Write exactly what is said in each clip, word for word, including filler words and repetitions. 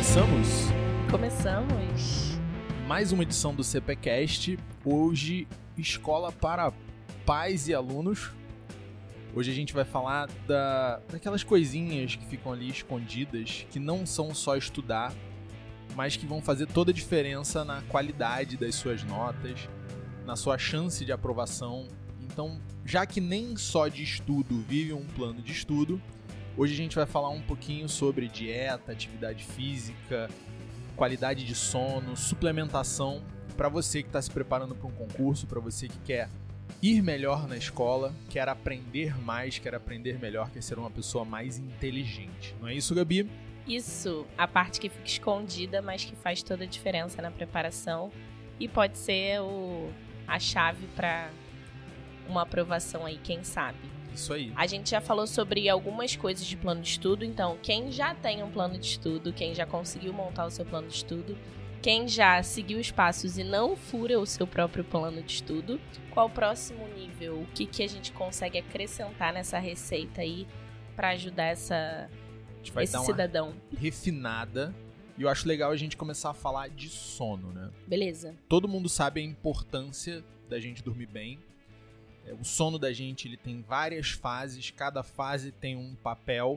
Começamos? Começamos. Mais uma edição do CPCast. Hoje, escola para pais e alunos. Hoje a gente vai falar da, daquelas coisinhas que ficam ali escondidas, que não são só estudar, mas que vão fazer toda a diferença na qualidade das suas notas, na sua chance de aprovação. Então, já que nem só de estudo vive um plano de estudo, hoje a gente vai falar um pouquinho sobre dieta, atividade física, qualidade de sono, suplementação, para você que está se preparando para um concurso, para você que quer ir melhor na escola, quer aprender mais, quer aprender melhor, quer ser uma pessoa mais inteligente. Não é isso, Gabi? Isso, a parte que fica escondida, mas que faz toda a diferença na preparação e pode ser o, a chave para uma aprovação aí, quem sabe. Isso aí. A gente já falou sobre algumas coisas de plano de estudo, então quem já tem um plano de estudo, quem já conseguiu montar o seu plano de estudo, quem já seguiu os passos e não fura o seu próprio plano de estudo, qual o próximo nível, o que, que a gente consegue acrescentar nessa receita aí para ajudar essa, a gente vai esse dar uma cidadão. Refinada. E eu acho legal a gente começar a falar de sono, né? Beleza. Todo mundo sabe a importância da gente dormir bem. O sono da gente ele tem várias fases, cada fase tem um papel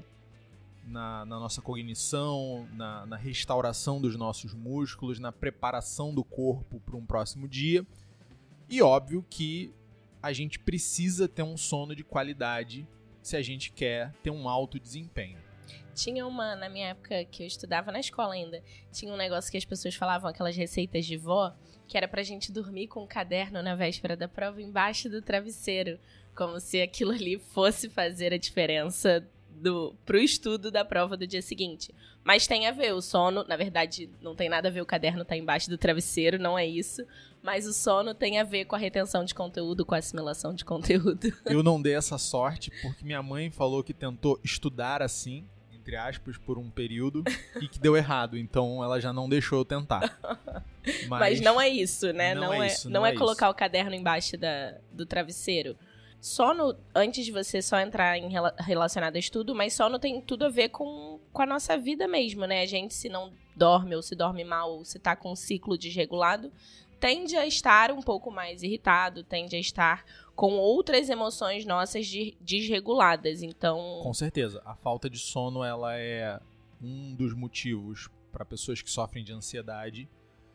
na, na nossa cognição, na, na restauração dos nossos músculos, na preparação do corpo para um próximo dia. E óbvio que a gente precisa ter um sono de qualidade se a gente quer ter um alto desempenho. Tinha uma, na minha época que eu estudava na escola ainda, tinha um negócio que as pessoas falavam, aquelas receitas de vó, que era pra gente dormir com um caderno na véspera da prova embaixo do travesseiro, como se aquilo ali fosse fazer a diferença do, pro estudo da prova do dia seguinte. Mas tem a ver, o sono, na verdade, não tem nada a ver o caderno estar embaixo do travesseiro, não é isso, mas o sono tem a ver com a retenção de conteúdo, com a assimilação de conteúdo. Eu não dei essa sorte porque minha mãe falou que tentou estudar assim, entre aspas, por um período, e que deu errado, então ela já não deixou eu tentar. Mas, Mas não é isso, né? Não, não é, é, isso, não não é, é colocar isso. o caderno embaixo da, do travesseiro. Sono, antes de você só entrar em rela- relacionado a estudo, mas sono tem tudo a ver com, com a nossa vida mesmo, né? A gente, se não dorme, ou se dorme mal, ou se tá com um ciclo desregulado, tende a estar um pouco mais irritado, tende a estar com outras emoções nossas de, desreguladas, então... Com certeza, a falta de sono ela é um dos motivos para pessoas que sofrem de ansiedade.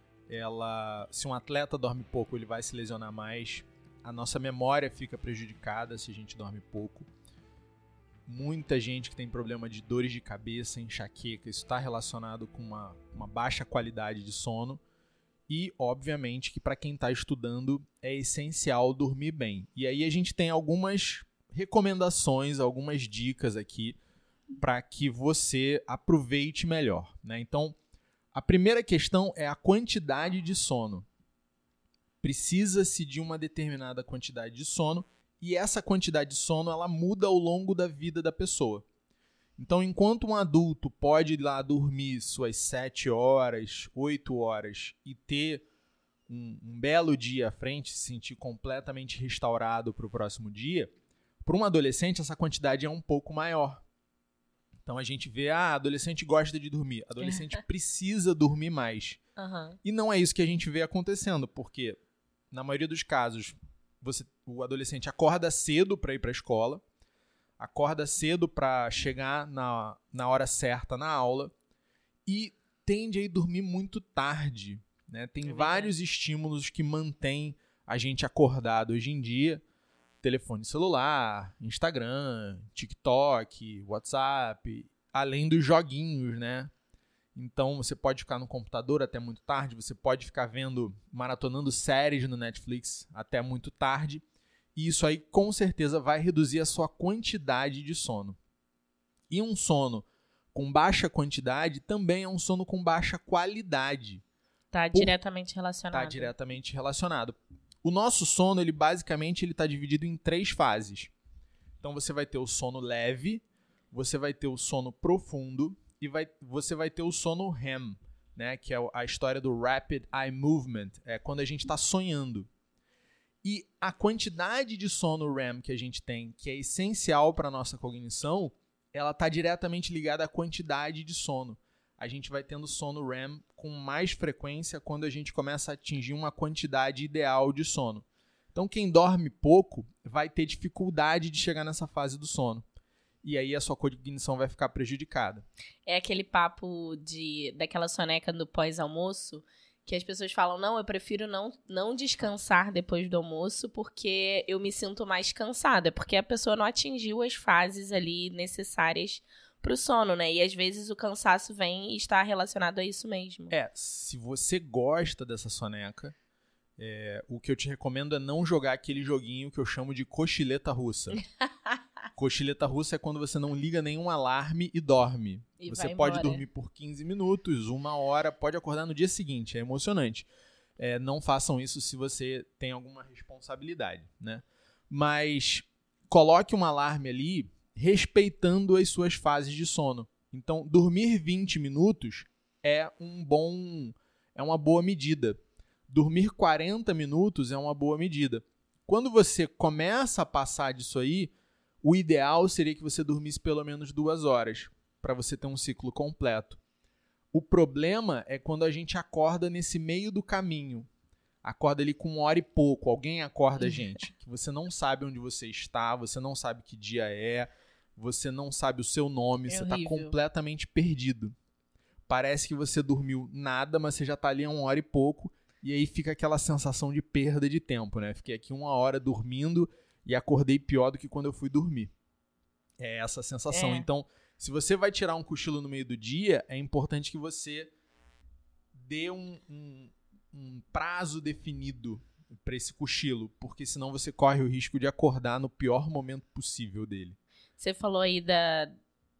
Ela, se um atleta dorme pouco, ele vai se lesionar mais. A nossa memória fica prejudicada se a gente dorme pouco. Muita gente que tem problema de dores de cabeça, enxaqueca, isso está relacionado com uma, uma baixa qualidade de sono. E, obviamente, que para quem está estudando é essencial dormir bem. E aí a gente tem algumas recomendações, algumas dicas aqui para que você aproveite melhor, né? Então, a primeira questão é a quantidade de sono. Precisa-se de uma determinada quantidade de sono e essa quantidade de sono ela muda ao longo da vida da pessoa. Então, enquanto um adulto pode ir lá dormir suas sete horas, oito horas e ter um, um belo dia à frente, se sentir completamente restaurado para o próximo dia, para um adolescente essa quantidade é um pouco maior. Então, a gente vê, ah, adolescente gosta de dormir, adolescente precisa dormir mais. Uhum. E não é isso que a gente vê acontecendo, porque na maioria dos casos, você, o adolescente acorda cedo para ir para a escola, acorda cedo para chegar na, na hora certa na aula e tende a ir dormir muito tarde, né? Tem é vários estímulos que mantêm a gente acordado hoje em dia. Telefone celular, Instagram, TikTok, WhatsApp, além dos joguinhos, né? Então você pode ficar no computador até muito tarde, você pode ficar vendo, maratonando séries no Netflix até muito tarde. E isso aí, com certeza, vai reduzir a sua quantidade de sono. E um sono com baixa quantidade também é um sono com baixa qualidade. Tá Por... diretamente relacionado. Tá diretamente relacionado. O nosso sono, ele basicamente, ele está dividido em três fases. Então, você vai ter o sono leve, você vai ter o sono profundo e vai, você vai ter o sono R E M, né? Que é a história do Rapid Eye Movement, é quando a gente está sonhando. E a quantidade de sono R E M que a gente tem, que é essencial para a nossa cognição, ela está diretamente ligada à quantidade de sono. a gente vai tendo sono R E M com mais frequência quando a gente começa a atingir uma quantidade ideal de sono. Então, quem dorme pouco vai ter dificuldade de chegar nessa fase do sono. E aí a sua cognição vai ficar prejudicada. É aquele papo de, daquela soneca do pós-almoço, que as pessoas falam, não, eu prefiro não, não descansar depois do almoço porque eu me sinto mais cansada, porque a pessoa não atingiu as fases ali necessárias pro sono, né? E às vezes o cansaço vem e está relacionado a isso mesmo. É, se você gosta dessa soneca, é, o que eu te recomendo é não jogar aquele joguinho que eu chamo de cochileta russa. Cochileta russa é quando você não liga nenhum alarme e dorme. E você vai pode embora. dormir por quinze minutos, uma hora, pode acordar no dia seguinte, é emocionante. É, não façam isso se você tem alguma responsabilidade, né? Mas coloque um alarme ali respeitando as suas fases de sono. Então, dormir vinte minutos é um bom, é uma boa medida. Dormir quarenta minutos é uma boa medida. Quando você começa a passar disso aí, o ideal seria que você dormisse pelo menos duas horas, para você ter um ciclo completo. O problema é quando a gente acorda nesse meio do caminho. Acorda ali com uma hora e pouco, alguém acorda a gente, que você não sabe onde você está, você não sabe que dia é, você não sabe o seu nome, É você está horrível. completamente perdido. Parece que você dormiu nada, mas você já está ali há uma hora e pouco, e aí fica aquela sensação de perda de tempo, né? Fiquei aqui uma hora dormindo e acordei pior do que quando eu fui dormir. É essa a sensação. É. Então, se você vai tirar um cochilo no meio do dia, é importante que você dê um, um, um prazo definido para esse cochilo, porque senão você corre o risco de acordar no pior momento possível dele. Você falou aí da,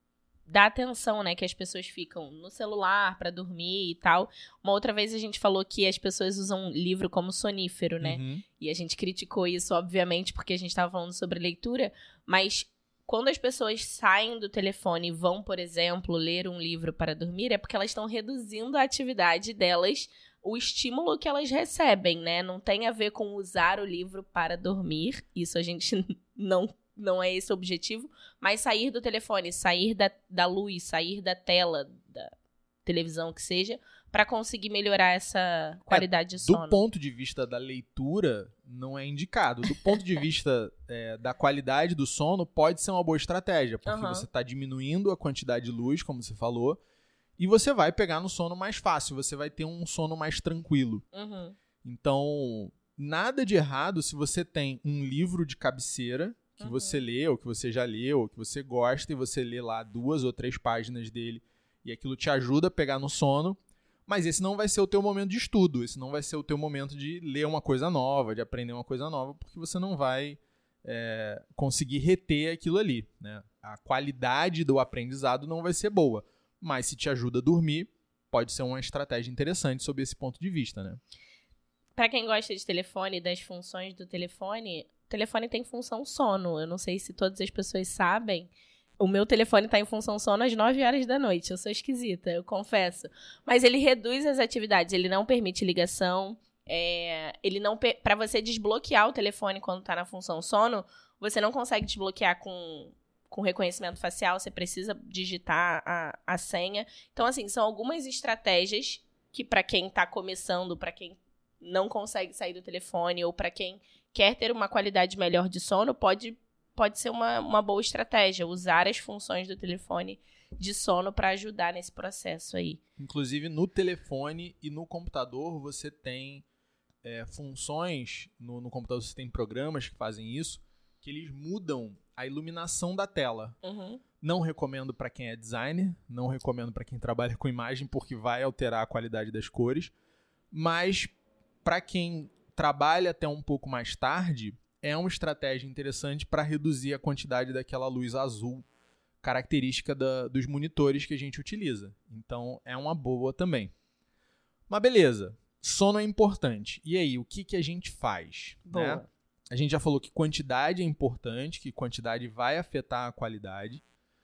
da atenção, né? Que as pessoas ficam no celular pra dormir e tal. Uma outra vez a gente falou que as pessoas usam livro como sonífero, né? Uhum. E a gente criticou isso, obviamente, porque a gente estava falando sobre leitura. Mas quando as pessoas saem do telefone e vão, por exemplo, ler um livro para dormir, é porque elas estão reduzindo a atividade delas, o estímulo que elas recebem, né? Não tem a ver com usar o livro para dormir. Isso a gente não... Não é esse o objetivo, mas sair do telefone, sair da, da luz, sair da tela, da televisão que seja, para conseguir melhorar essa qualidade de sono. Do ponto de vista da leitura, não é indicado. Do ponto de vista é, da qualidade do sono, pode ser uma boa estratégia, porque Uhum. você está diminuindo a quantidade de luz, como você falou, e você vai pegar no sono mais fácil, você vai ter um sono mais tranquilo. Uhum. Então, nada de errado se você tem um livro de cabeceira que Uhum. você lê, ou que você já leu, ou que você gosta, e você lê lá duas ou três páginas dele, e aquilo te ajuda a pegar no sono, mas esse não vai ser o teu momento de estudo, esse não vai ser o teu momento de ler uma coisa nova, de aprender uma coisa nova, porque você não vai é, conseguir reter aquilo ali, né? A qualidade do aprendizado não vai ser boa, mas se te ajuda a dormir, pode ser uma estratégia interessante sob esse ponto de vista, né? Pra quem gosta de telefone e das funções do telefone, o telefone tem função sono. Eu não sei se todas as pessoas sabem. O meu telefone tá em função sono às nove horas da noite. Eu sou esquisita, eu confesso. Mas ele reduz as atividades, ele não permite ligação. É, ele não per- pra você desbloquear o telefone quando tá na função sono, você não consegue desbloquear com, com reconhecimento facial, você precisa digitar a, a senha. Então, assim, são algumas estratégias que pra quem tá começando, pra quem não consegue sair do telefone ou pra quem quer ter uma qualidade melhor de sono, pode, pode ser uma, uma boa estratégia, usar as funções do telefone de sono para ajudar nesse processo aí. Inclusive, no telefone e no computador, você tem é, funções, no, no computador você tem programas que fazem isso, que eles mudam a iluminação da tela. Uhum. Não recomendo para quem é designer, não recomendo para quem trabalha com imagem, porque vai alterar a qualidade das cores, mas para quem trabalha até um pouco mais tarde, é uma estratégia interessante para reduzir a quantidade daquela luz azul característica da, dos monitores que a gente utiliza. Então, é uma boa também. Mas beleza, sono é importante. E aí, o que, que a gente faz? Boa. Né? A gente já falou que quantidade é importante, que quantidade vai afetar a qualidade.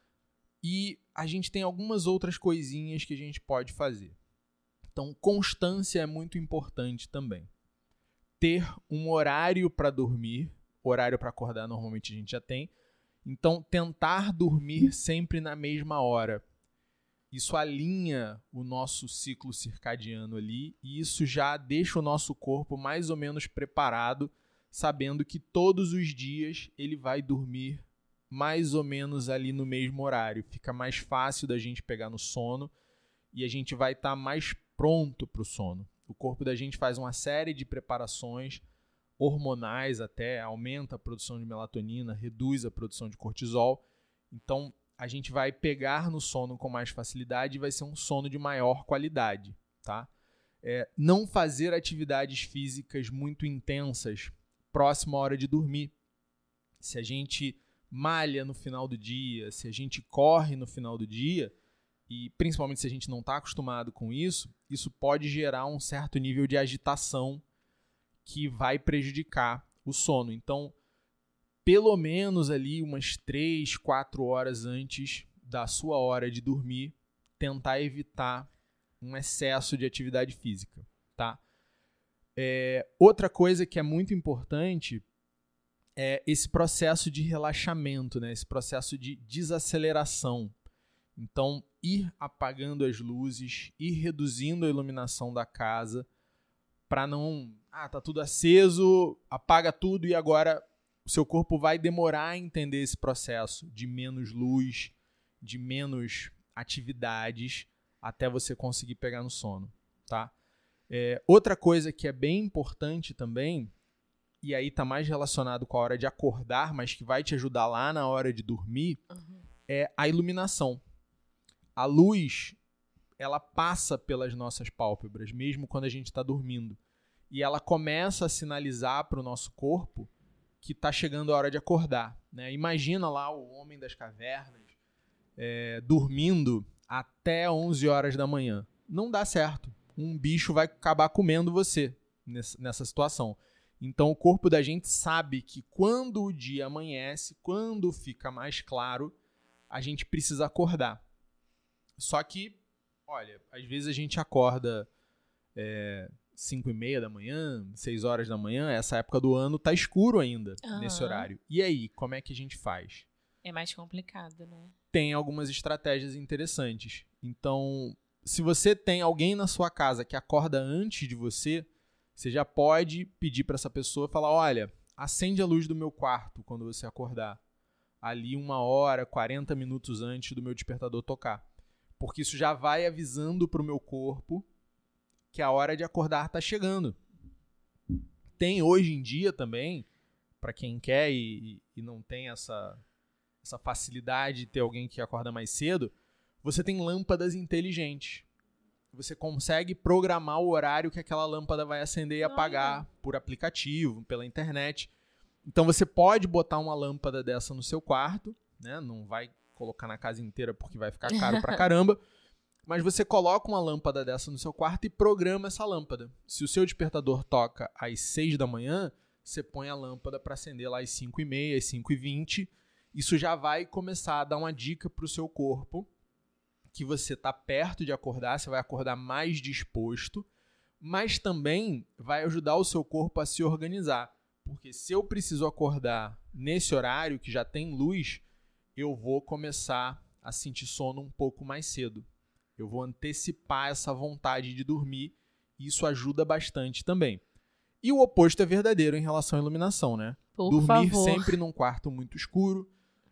E a gente tem algumas outras coisinhas que a gente pode fazer. Então, constância é muito importante também. Ter um horário para dormir, horário para acordar normalmente a gente já tem. Então, tentar dormir sempre na mesma hora. isso alinha o nosso ciclo circadiano ali e isso já deixa o nosso corpo mais ou menos preparado, sabendo que todos os dias ele vai dormir mais ou menos ali no mesmo horário. Fica mais fácil da gente pegar no sono e a gente vai estar tá mais pronto para o sono. O corpo da gente faz uma série de preparações hormonais até, aumenta a produção de melatonina, reduz a produção de cortisol. Então, a gente vai pegar no sono com mais facilidade e vai ser um sono de maior qualidade, tá? É, não fazer atividades físicas muito intensas próximo à hora de dormir. Se a gente malha no final do dia, se a gente corre no final do dia, e principalmente se a gente não está acostumado com isso, isso pode gerar um certo nível de agitação que vai prejudicar o sono. Então, pelo menos ali umas três, quatro horas antes da sua hora de dormir, tentar evitar um excesso de atividade física, tá? É, outra coisa que é muito importante é esse processo de relaxamento, né? Esse processo de desaceleração. Então, ir apagando as luzes, ir reduzindo a iluminação da casa para não... Ah, tá tudo aceso, apaga tudo e agora o seu corpo vai demorar a entender esse processo de menos luz, de menos atividades, até você conseguir pegar no sono, tá? É, outra coisa que é bem importante também, e aí tá mais relacionado com a hora de acordar, mas que vai te ajudar lá na hora de dormir, uhum. é a iluminação. A luz, ela passa pelas nossas pálpebras, mesmo quando a gente está dormindo. E ela começa a sinalizar para o nosso corpo que está chegando a hora de acordar, né? Imagina lá o homem das cavernas é, dormindo até onze horas da manhã. Não dá certo. Um bicho vai acabar comendo você nessa, nessa situação. Então o corpo da gente sabe que quando o dia amanhece, quando fica mais claro, a gente precisa acordar. Só que, olha, às vezes a gente acorda é, cinco e meia da manhã, seis horas da manhã, essa época do ano tá escuro ainda uhum. nesse horário. E aí, como é que a gente faz? É mais complicado, né? Tem algumas estratégias interessantes. Então, se você tem alguém na sua casa que acorda antes de você, você já pode pedir para essa pessoa falar, olha, acende a luz do meu quarto quando você acordar. Ali uma hora, quarenta minutos antes do meu despertador tocar. Porque isso já vai avisando para o meu corpo que a hora de acordar está chegando. Tem hoje em dia também, para quem quer e, e não tem essa, essa facilidade de ter alguém que acorda mais cedo, você tem lâmpadas inteligentes. Você consegue programar o horário que aquela lâmpada vai acender e apagar Olha. por aplicativo, pela internet. Então você pode botar uma lâmpada dessa no seu quarto, né? Não vai colocar na casa inteira porque vai ficar caro pra caramba, mas você coloca uma lâmpada dessa no seu quarto e programa essa lâmpada. Se o seu despertador toca às seis da manhã, você põe a lâmpada para acender lá às cinco e meia, às cinco e vinte. Isso já vai começar a dar uma dica pro seu corpo que você está perto de acordar, você vai acordar mais disposto, mas também vai ajudar o seu corpo a se organizar. Porque se eu preciso acordar nesse horário que já tem luz, eu vou começar a sentir sono um pouco mais cedo. Eu vou antecipar essa vontade de dormir e isso ajuda bastante também. E o oposto é verdadeiro em relação à iluminação, né? Por Dormir favor. sempre num quarto muito escuro,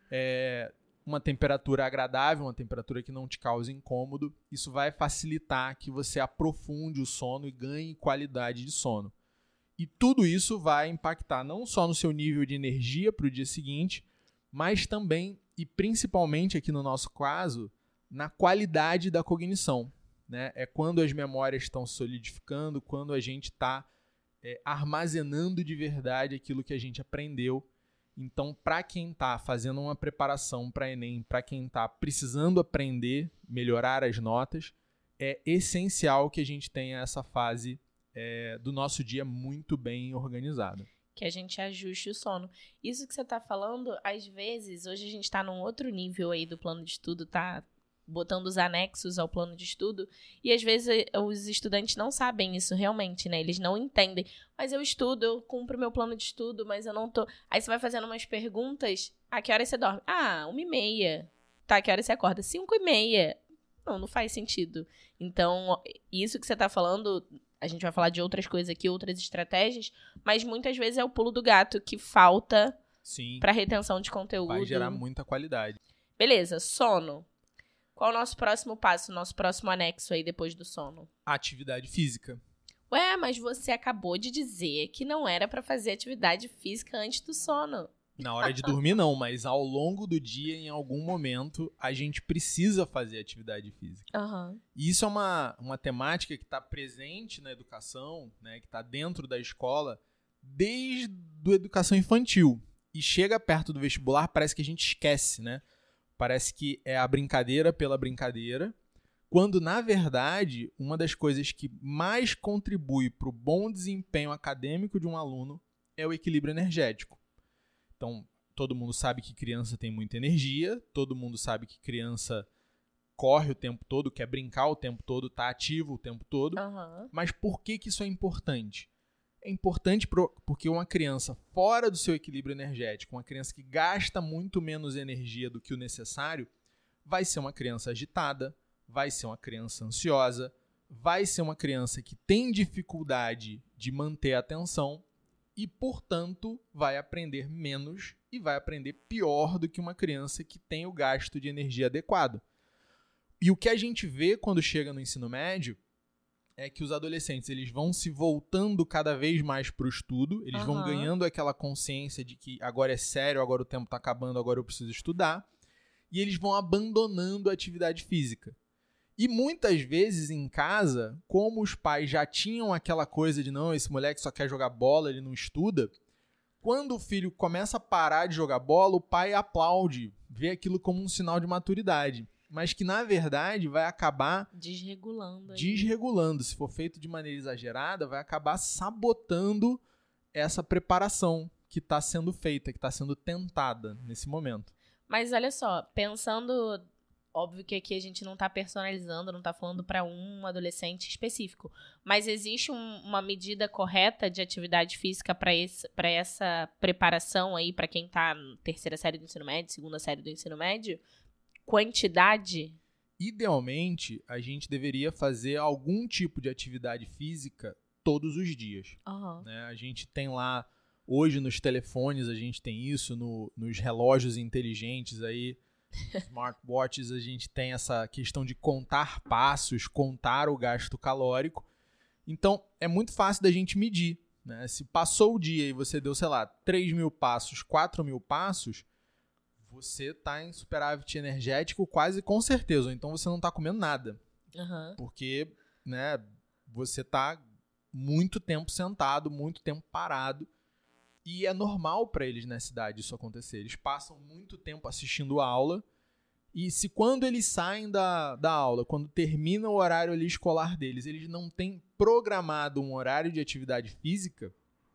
é, uma temperatura agradável, uma temperatura que não te cause incômodo. Isso vai facilitar que você aprofunde o sono e ganhe qualidade de sono. E tudo isso vai impactar não só no seu nível de energia para o dia seguinte, mas também e principalmente aqui no nosso caso, na qualidade da cognição, né? É quando as memórias estão solidificando, quando a gente está é, armazenando de verdade aquilo que a gente aprendeu. Então, para quem está fazendo uma preparação para Enem, para quem está precisando aprender, melhorar as notas, é essencial que a gente tenha essa fase é, do nosso dia muito bem organizada. Que a gente ajuste o sono. Isso que você tá falando, às vezes, hoje a gente tá num outro nível aí do plano de estudo, tá botando os anexos ao plano de estudo, e às vezes os estudantes não sabem isso realmente, né? Eles não entendem. Mas eu estudo, eu cumpro meu plano de estudo, mas eu não tô... Aí você vai fazendo umas perguntas, a que hora você dorme? Ah, uma e meia. Tá, que hora você acorda? Cinco e meia. Não, não faz sentido. Então, isso que você tá falando, a gente vai falar de outras coisas aqui, outras estratégias, mas muitas vezes é o pulo do gato que falta para retenção de conteúdo. Vai gerar muita qualidade. Beleza, sono. Qual é o nosso próximo passo, o nosso próximo anexo aí depois do sono? Atividade física. Ué, mas você acabou de dizer que não era pra fazer atividade física antes do sono. Na hora de dormir não, mas ao longo do dia, em algum momento, a gente precisa fazer atividade física. Uhum. E isso é uma, uma temática que está presente na educação, né, que está dentro da escola, desde a educação infantil. E chega perto do vestibular, parece que a gente esquece, né? Parece que é a brincadeira pela brincadeira, quando, na verdade, uma das coisas que mais contribui para o bom desempenho acadêmico de um aluno é o equilíbrio energético. Então, todo mundo sabe que criança tem muita energia, todo mundo sabe que criança corre o tempo todo, quer brincar o tempo todo, está ativo o tempo todo. Uhum. Mas por que que isso é importante? É importante porque uma criança fora do seu equilíbrio energético, uma criança que gasta muito menos energia do que o necessário, vai ser uma criança agitada, vai ser uma criança ansiosa, vai ser uma criança que tem dificuldade de manter a atenção e, portanto, vai aprender menos e vai aprender pior do que uma criança que tem o gasto de energia adequado. E o que a gente vê quando chega no ensino médio é que os adolescentes eles vão se voltando cada vez mais para o estudo, eles uhum. vão ganhando aquela consciência de que agora é sério, agora o tempo está acabando, agora eu preciso estudar, e eles vão abandonando a atividade física. E muitas vezes em casa, como os pais já tinham aquela coisa de não, esse moleque só quer jogar bola, ele não estuda, quando o filho começa a parar de jogar bola, o pai aplaude, vê aquilo como um sinal de maturidade. Mas que, na verdade, vai acabar desregulando. Aí. Desregulando. Se for feito de maneira exagerada, vai acabar sabotando essa preparação que está sendo feita, que está sendo tentada nesse momento. Mas olha só, pensando... Óbvio que aqui a gente não está personalizando, não está falando para um adolescente específico. Mas existe um, uma medida correta de atividade física para essa preparação aí, para quem está na terceira série do ensino médio, segunda série do ensino médio? Quantidade? Idealmente, a gente deveria fazer algum tipo de atividade física todos os dias. Uhum. Né? A gente tem lá, hoje nos telefones, a gente tem isso, no, nos relógios inteligentes aí, smartwatches, a gente tem essa questão de contar passos, contar o gasto calórico. Então, é muito fácil da gente medir. Né? Se passou o dia e você deu, sei lá, três mil passos, quatro mil passos, você está em superávit energético quase com certeza. Ou então você não está comendo nada. Uhum. Porque né, você está muito tempo sentado, muito tempo parado. E é normal para eles nessa idade isso acontecer. Eles passam muito tempo assistindo a aula. E se quando eles saem da, da aula, quando termina o horário ali escolar deles, eles não têm programado um horário de atividade física,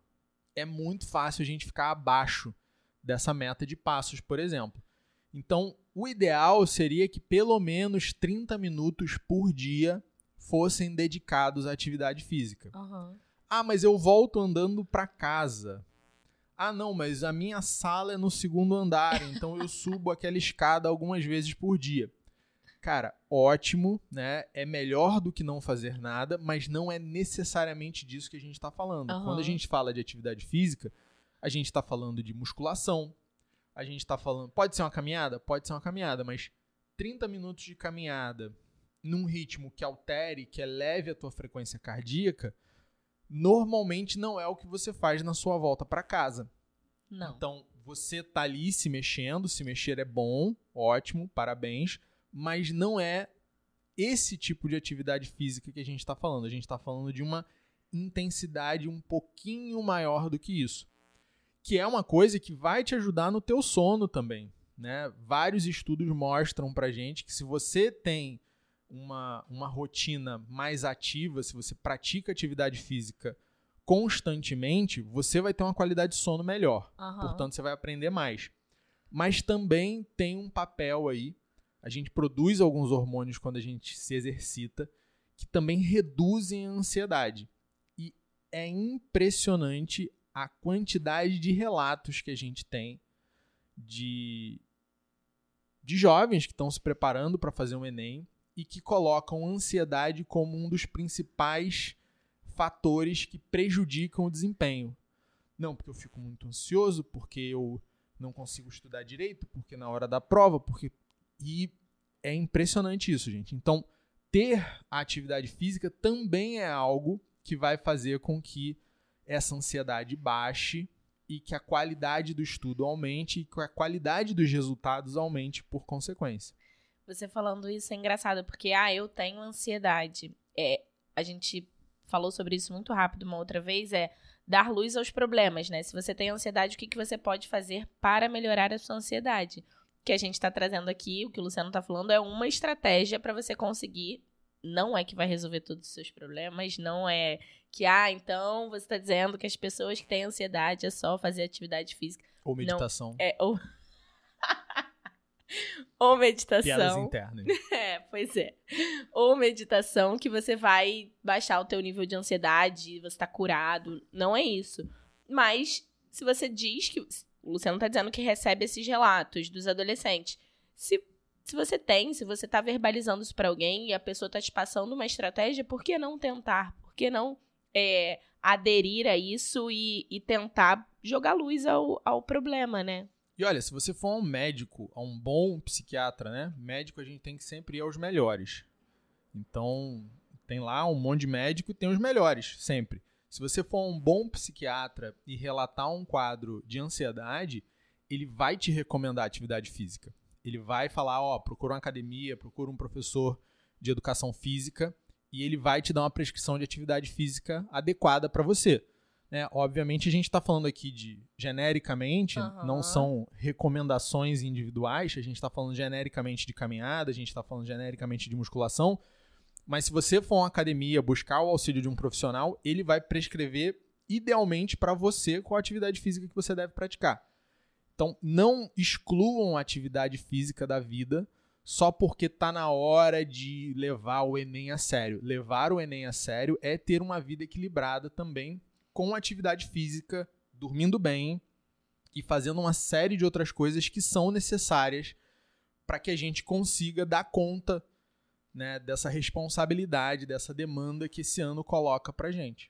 é muito fácil a gente ficar abaixo dessa meta de passos, por exemplo. Então, o ideal seria que pelo menos trinta minutos por dia fossem dedicados à atividade física. Uhum. Ah, mas eu volto andando para casa. Ah, não, mas a minha sala é no segundo andar, então eu subo aquela escada algumas vezes por dia. Cara, ótimo, né? É melhor do que não fazer nada, mas não é necessariamente disso que a gente está falando. Uhum. Quando a gente fala de atividade física, a gente está falando de musculação, a gente está falando... Pode ser uma caminhada? Pode ser uma caminhada, mas trinta minutos de caminhada num ritmo que altere, que eleve a tua frequência cardíaca, normalmente não é o que você faz na sua volta para casa. Não. Então, você tá ali se mexendo, se mexer é bom, ótimo, parabéns, mas não é esse tipo de atividade física que a gente está falando. A gente está falando de uma intensidade um pouquinho maior do que isso, que é uma coisa que vai te ajudar no teu sono também, né? Vários estudos mostram pra gente que se você tem Uma, uma rotina mais ativa, se você pratica atividade física constantemente, você vai ter uma qualidade de sono melhor. Uhum. Portanto, você vai aprender mais. Mas também tem um papel aí, a gente produz alguns hormônios quando a gente se exercita, que também reduzem a ansiedade. E é impressionante a quantidade de relatos que a gente tem de, de jovens que estão se preparando para fazer um Enem, e que colocam ansiedade como um dos principais fatores que prejudicam o desempenho. Não, porque eu fico muito ansioso, porque eu não consigo estudar direito, porque na hora da prova, porque... E é impressionante isso, gente. Então, ter a atividade física também é algo que vai fazer com que essa ansiedade baixe e que a qualidade do estudo aumente e que a qualidade dos resultados aumente por consequência. Você falando isso é engraçado, porque, ah, eu tenho ansiedade. É, a gente falou sobre isso muito rápido uma outra vez, é dar luz aos problemas, né? Se você tem ansiedade, o que, que você pode fazer para melhorar a sua ansiedade? O que a gente está trazendo aqui, o que o Luciano está falando, é uma estratégia para você conseguir. Não é que vai resolver todos os seus problemas, não é que, ah, então você está dizendo que as pessoas que têm ansiedade é só fazer atividade física. Ou meditação. Não, é, ou... ou meditação. Piadas internas. É, pois é. Ou meditação que você vai baixar o teu nível de ansiedade, você tá curado. Não é isso. Mas, se você diz que... O Luciano tá dizendo que recebe esses relatos dos adolescentes. Se, se você tem, se você tá verbalizando isso pra alguém e a pessoa tá te passando uma estratégia, por que não tentar? Por que não é, aderir a isso e, e tentar jogar luz ao, ao problema, né? E olha, se você for um médico, a um bom psiquiatra, né? Médico a gente tem que sempre ir aos melhores. Então, tem lá um monte de médico e tem os melhores, sempre. Se você for um bom psiquiatra e relatar um quadro de ansiedade, ele vai te recomendar atividade física. Ele vai falar, ó, procura uma academia, procura um professor de educação física e ele vai te dar uma prescrição de atividade física adequada para você. Né? Obviamente, a gente está falando aqui de genericamente, uhum. Não são recomendações individuais, a gente está falando genericamente de caminhada, a gente está falando genericamente de musculação, mas se você for a uma academia buscar o auxílio de um profissional, ele vai prescrever idealmente para você qual a atividade física que você deve praticar. Então, não excluam a atividade física da vida só porque está na hora de levar o Enem a sério. Levar o Enem a sério é ter uma vida equilibrada também com atividade física, dormindo bem e fazendo uma série de outras coisas que são necessárias para que a gente consiga dar conta, né, dessa responsabilidade, dessa demanda que esse ano coloca pra gente.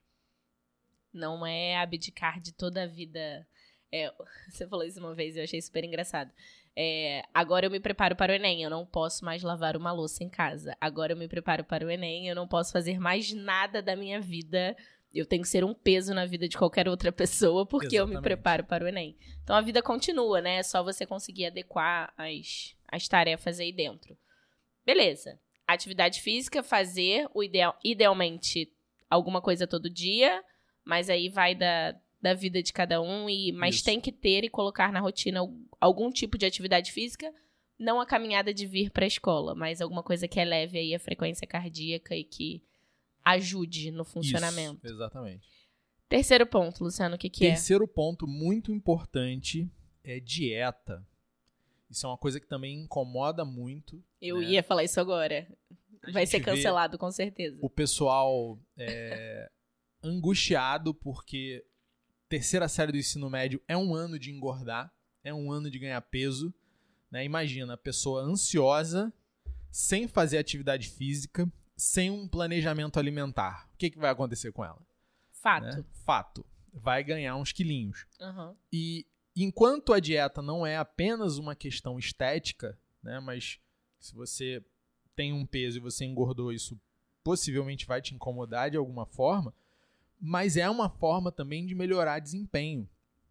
Não é abdicar de toda a vida. É, você falou isso uma vez e eu achei super engraçado. É, agora eu me preparo para o Enem, eu não posso mais lavar uma louça em casa. Agora eu me preparo para o Enem, eu não posso fazer mais nada da minha vida. Eu tenho que ser um peso na vida de qualquer outra pessoa porque Exatamente. Eu me preparo para o Enem. Então a vida continua, né? É só você conseguir adequar as, as tarefas aí dentro. Beleza. Atividade física, fazer o ideal, idealmente alguma coisa todo dia, mas aí vai da, da vida de cada um, e, mas Isso. tem que ter e colocar na rotina algum tipo de atividade física, não a caminhada de vir para a escola, mas alguma coisa que eleve aí a frequência cardíaca e que ajude no funcionamento. Isso, exatamente. Terceiro ponto, Luciano, o que, que é? Terceiro ponto muito importante é dieta. Isso é uma coisa que também incomoda muito. Eu né? ia falar isso agora. Vai ser cancelado, com certeza. O pessoal é, angustiado porque terceira série do ensino médio é um ano de engordar, é um ano de ganhar peso. Né? Imagina, a pessoa ansiosa, sem fazer atividade física, sem um planejamento alimentar. O que, que vai acontecer com ela? Fato. Né? Fato. Vai ganhar uns quilinhos. Uhum. E enquanto a dieta não é apenas uma questão estética, né, mas se você tem um peso e você engordou, isso possivelmente vai te incomodar de alguma forma, mas é uma forma também de melhorar desempenho.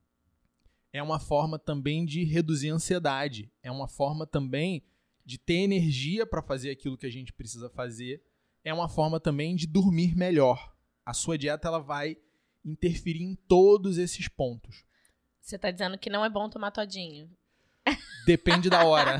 É uma forma também de reduzir a ansiedade. É uma forma também de ter energia para fazer aquilo que a gente precisa fazer. É uma forma também de dormir melhor. A sua dieta ela vai interferir em todos esses pontos. Você tá dizendo que não é bom tomar todinho. Depende da hora.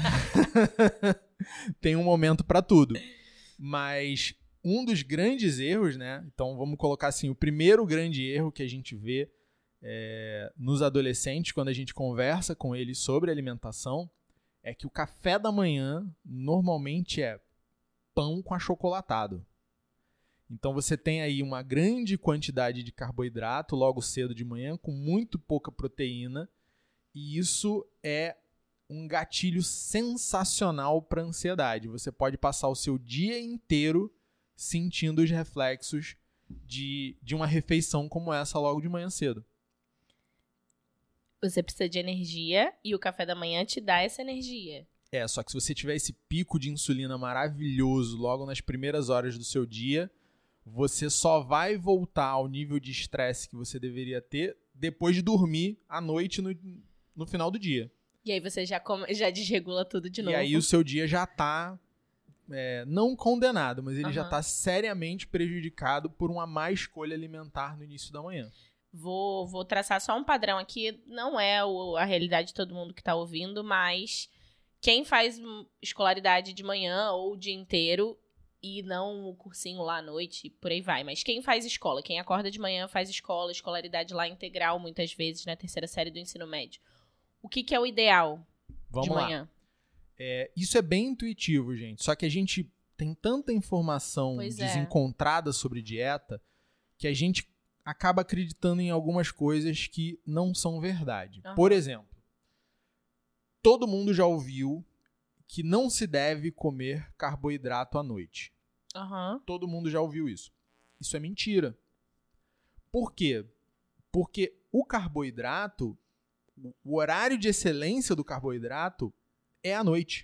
Tem um momento para tudo. Mas um dos grandes erros, né? Então vamos colocar assim, o primeiro grande erro que a gente vê é, nos adolescentes quando a gente conversa com eles sobre alimentação é que o café da manhã normalmente é pão com achocolatado. Então você tem aí uma grande quantidade de carboidrato logo cedo de manhã, com muito pouca proteína, e isso é um gatilho sensacional para ansiedade. Você pode passar o seu dia inteiro sentindo os reflexos de, de uma refeição como essa logo de manhã cedo. Você precisa de energia e o café da manhã te dá essa energia. É, só que se você tiver esse pico de insulina maravilhoso logo nas primeiras horas do seu dia, você só vai voltar ao nível de estresse que você deveria ter depois de dormir à noite no, no final do dia. E aí você já, come, já desregula tudo de novo. E aí o seu dia já tá, é, não condenado, mas ele Uhum. já tá seriamente prejudicado por uma má escolha alimentar no início da manhã. Vou, vou traçar só um padrão aqui. Não é o, a realidade de todo mundo que tá ouvindo, mas quem faz escolaridade de manhã ou o dia inteiro e não o cursinho lá à noite, por aí vai. Mas quem faz escola, quem acorda de manhã faz escola, escolaridade lá integral, muitas vezes na terceira série do ensino médio. O que, que é o ideal Vamos de lá. manhã? É, isso é bem intuitivo, gente. Só que a gente tem tanta informação Pois é. desencontrada sobre dieta que a gente acaba acreditando em algumas coisas que não são verdade. Uhum. Por exemplo, todo mundo já ouviu que não se deve comer carboidrato à noite. Aham. Todo mundo já ouviu isso. Isso é mentira. Por quê? Porque o carboidrato, o horário de excelência do carboidrato é à noite.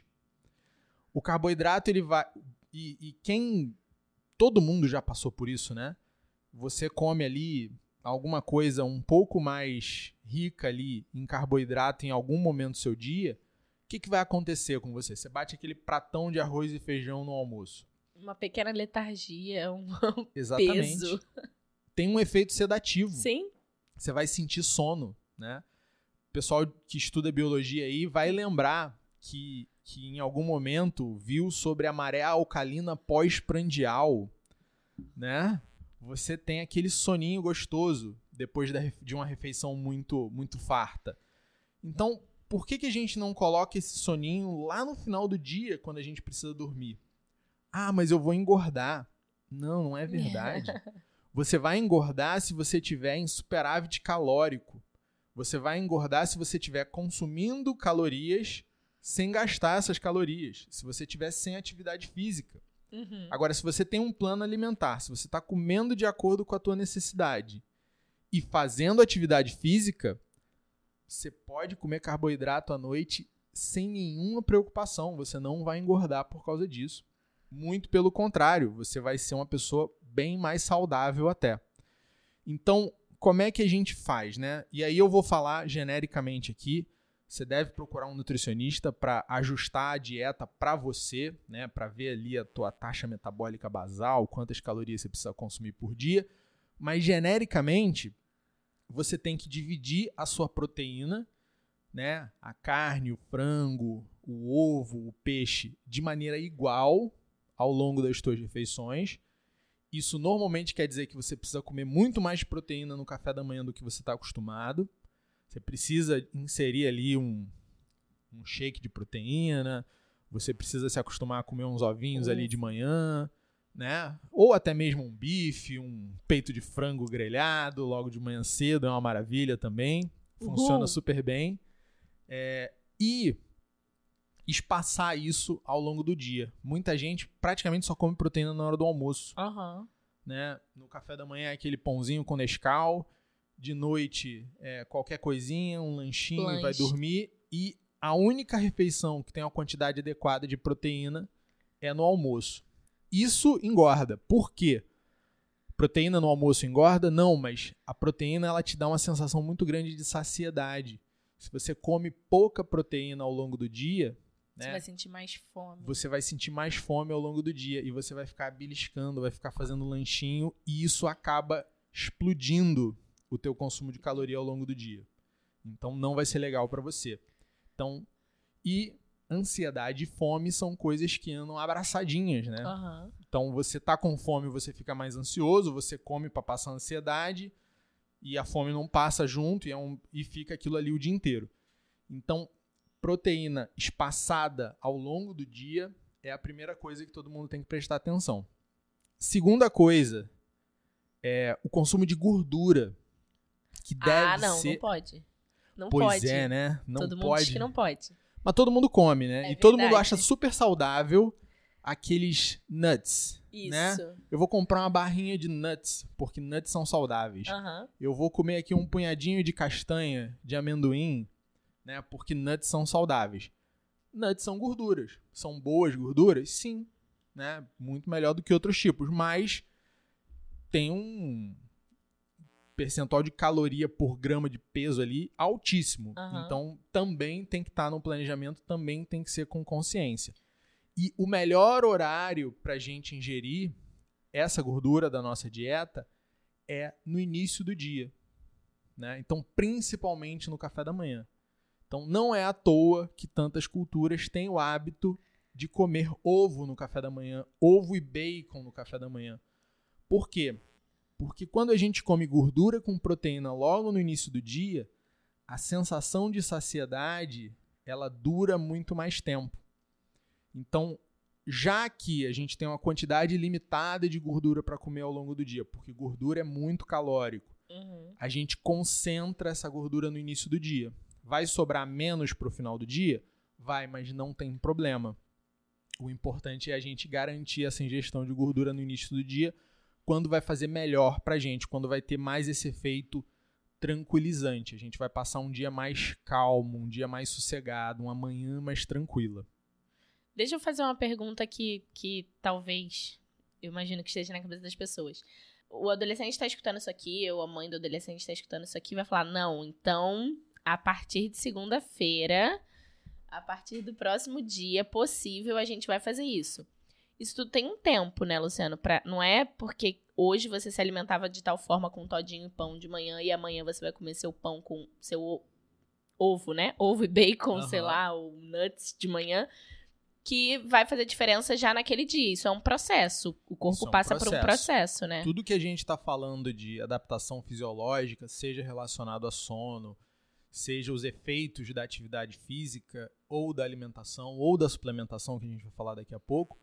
O carboidrato, ele vai... E, e quem... Todo mundo já passou por isso, né? Você come ali alguma coisa um pouco mais rica ali em carboidrato em algum momento do seu dia, o que, que vai acontecer com você? Você bate aquele pratão de arroz e feijão no almoço. Uma pequena letargia, um Exatamente. peso. Tem um efeito sedativo. Sim. Você vai sentir sono, né? O pessoal que estuda biologia aí vai lembrar que, que em algum momento viu sobre a maré alcalina pós-prandial, né? Você tem aquele soninho gostoso depois da, de uma refeição muito, muito farta. Então, por que, que a gente não coloca esse soninho lá no final do dia, quando a gente precisa dormir? Ah, mas eu vou engordar. Não, não é verdade. Você vai engordar se você tiver em superávit calórico. Você vai engordar se você estiver consumindo calorias sem gastar essas calorias. Se você estiver sem atividade física. Uhum. Agora, se você tem um plano alimentar, se você está comendo de acordo com a tua necessidade e fazendo atividade física, você pode comer carboidrato à noite sem nenhuma preocupação. Você não vai engordar por causa disso. Muito pelo contrário, você vai ser uma pessoa bem mais saudável até. Então, como é que a gente faz, né? E aí eu vou falar genericamente aqui. Você deve procurar um nutricionista para ajustar a dieta para você, né? Para ver ali a tua taxa metabólica basal, quantas calorias você precisa consumir por dia. Mas genericamente, você tem que dividir a sua proteína, né? A carne, o frango, o ovo, o peixe, de maneira igual ao longo das suas refeições. Isso normalmente quer dizer que você precisa comer muito mais proteína no café da manhã do que você está acostumado. Você precisa inserir ali um, um shake de proteína, você precisa se acostumar a comer uns ovinhos ali de manhã, né? Ou até mesmo um bife, um peito de frango grelhado logo de manhã cedo, é uma maravilha também. Funciona Uhum. super bem. É, e espaçar isso ao longo do dia. Muita gente praticamente só come proteína na hora do almoço. Uhum. Né? No café da manhã é aquele pãozinho com Nescau, de noite é qualquer coisinha, um lanchinho Lanche. e vai dormir. E a única refeição que tem uma quantidade adequada de proteína é no almoço. Isso engorda. Por quê? Proteína no almoço engorda? Não, mas a proteína ela te dá uma sensação muito grande de saciedade. Se você come pouca proteína ao longo do dia, Você né, vai sentir mais fome. você vai sentir mais fome ao longo do dia e você vai ficar beliscando, vai ficar fazendo lanchinho e isso acaba explodindo o teu consumo de caloria ao longo do dia. Então não vai ser legal para você. Então, e ansiedade e fome são coisas que andam abraçadinhas, né? Uhum. Então você tá com fome, você fica mais ansioso, você come para passar a ansiedade e a fome não passa junto e, é um, e fica aquilo ali o dia inteiro. Então, proteína espaçada ao longo do dia é a primeira coisa que todo mundo tem que prestar atenção. Segunda coisa é o consumo de gordura, que deve ah, não, ser... não pode. Não pois pode. é, né? Não Todo mundo pode. diz que não pode. Mas todo mundo come, né? É e todo verdade. mundo acha super saudável aqueles nuts, Isso. né? Eu vou comprar uma barrinha de nuts, porque nuts são saudáveis. Uhum. Eu vou comer aqui um punhadinho de castanha, de amendoim, né? Porque nuts são saudáveis. Nuts são gorduras. São boas gorduras? Sim. Né? Muito melhor do que outros tipos, mas tem um percentual de caloria por grama de peso ali altíssimo. Uhum. Então, também tem que estar no planejamento, também tem que ser com consciência. E o melhor horário para a gente ingerir essa gordura da nossa dieta é no início do dia, né? Então, principalmente no café da manhã. Então, não é à toa que tantas culturas têm o hábito de comer ovo no café da manhã, ovo e bacon no café da manhã. Por quê? Porque quando a gente come gordura com proteína logo no início do dia, a sensação de saciedade, ela dura muito mais tempo. Então, já que a gente tem uma quantidade limitada de gordura para comer ao longo do dia, porque gordura é muito calórico, Uhum. a gente concentra essa gordura no início do dia. Vai sobrar menos para o final do dia? Vai, mas não tem problema. O importante é a gente garantir essa ingestão de gordura no início do dia, quando vai fazer melhor para a gente, quando vai ter mais esse efeito tranquilizante. A gente vai passar um dia mais calmo, um dia mais sossegado, uma manhã mais tranquila. Deixa eu fazer uma pergunta que, que talvez, eu imagino que esteja na cabeça das pessoas. O adolescente está escutando isso aqui, ou a mãe do adolescente está escutando isso aqui, vai falar, não, então, a partir de segunda-feira, a partir do próximo dia possível, a gente vai fazer isso. Isso tudo tem um tempo, né, Luciano? Pra, não é porque hoje você se alimentava de tal forma com todinho e pão de manhã, e amanhã você vai comer seu pão com seu ovo, né? Ovo e bacon, Uhum. sei lá, ou nuts de manhã, que vai fazer diferença já naquele dia. Isso é um processo. O corpo Isso é um passa por um processo. processo, né? Tudo que a gente está falando de adaptação fisiológica, seja relacionado a sono, seja os efeitos da atividade física, ou da alimentação, ou da suplementação, que a gente vai falar daqui a pouco,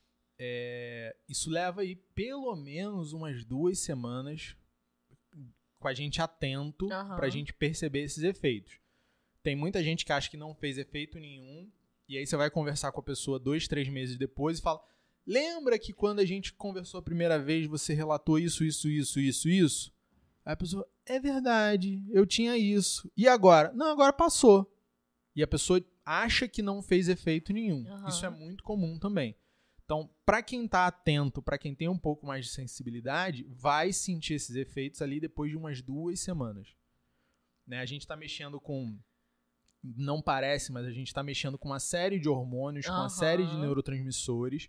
é, isso leva aí pelo menos umas duas semanas com a gente atento Uhum. para a gente perceber esses efeitos. Tem muita gente que acha que não fez efeito nenhum, e aí você vai conversar com a pessoa dois, três meses depois e fala, lembra que quando a gente conversou a primeira vez você relatou isso, isso, isso, isso, isso? Aí a pessoa, é verdade, eu tinha isso. E agora? Não, agora passou. E a pessoa acha que não fez efeito nenhum. Uhum. Isso é muito comum também. Então, para quem está atento, para quem tem um pouco mais de sensibilidade, vai sentir esses efeitos ali depois de umas duas semanas. Né? A gente está mexendo com... Não parece, mas a gente está mexendo com uma série de hormônios, com uma Uhum. série de neurotransmissores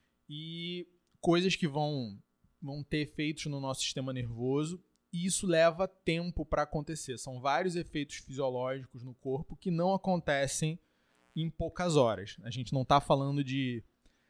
e coisas que vão, vão ter efeitos no nosso sistema nervoso, e isso leva tempo para acontecer. São vários efeitos fisiológicos no corpo que não acontecem em poucas horas. A gente não está falando de,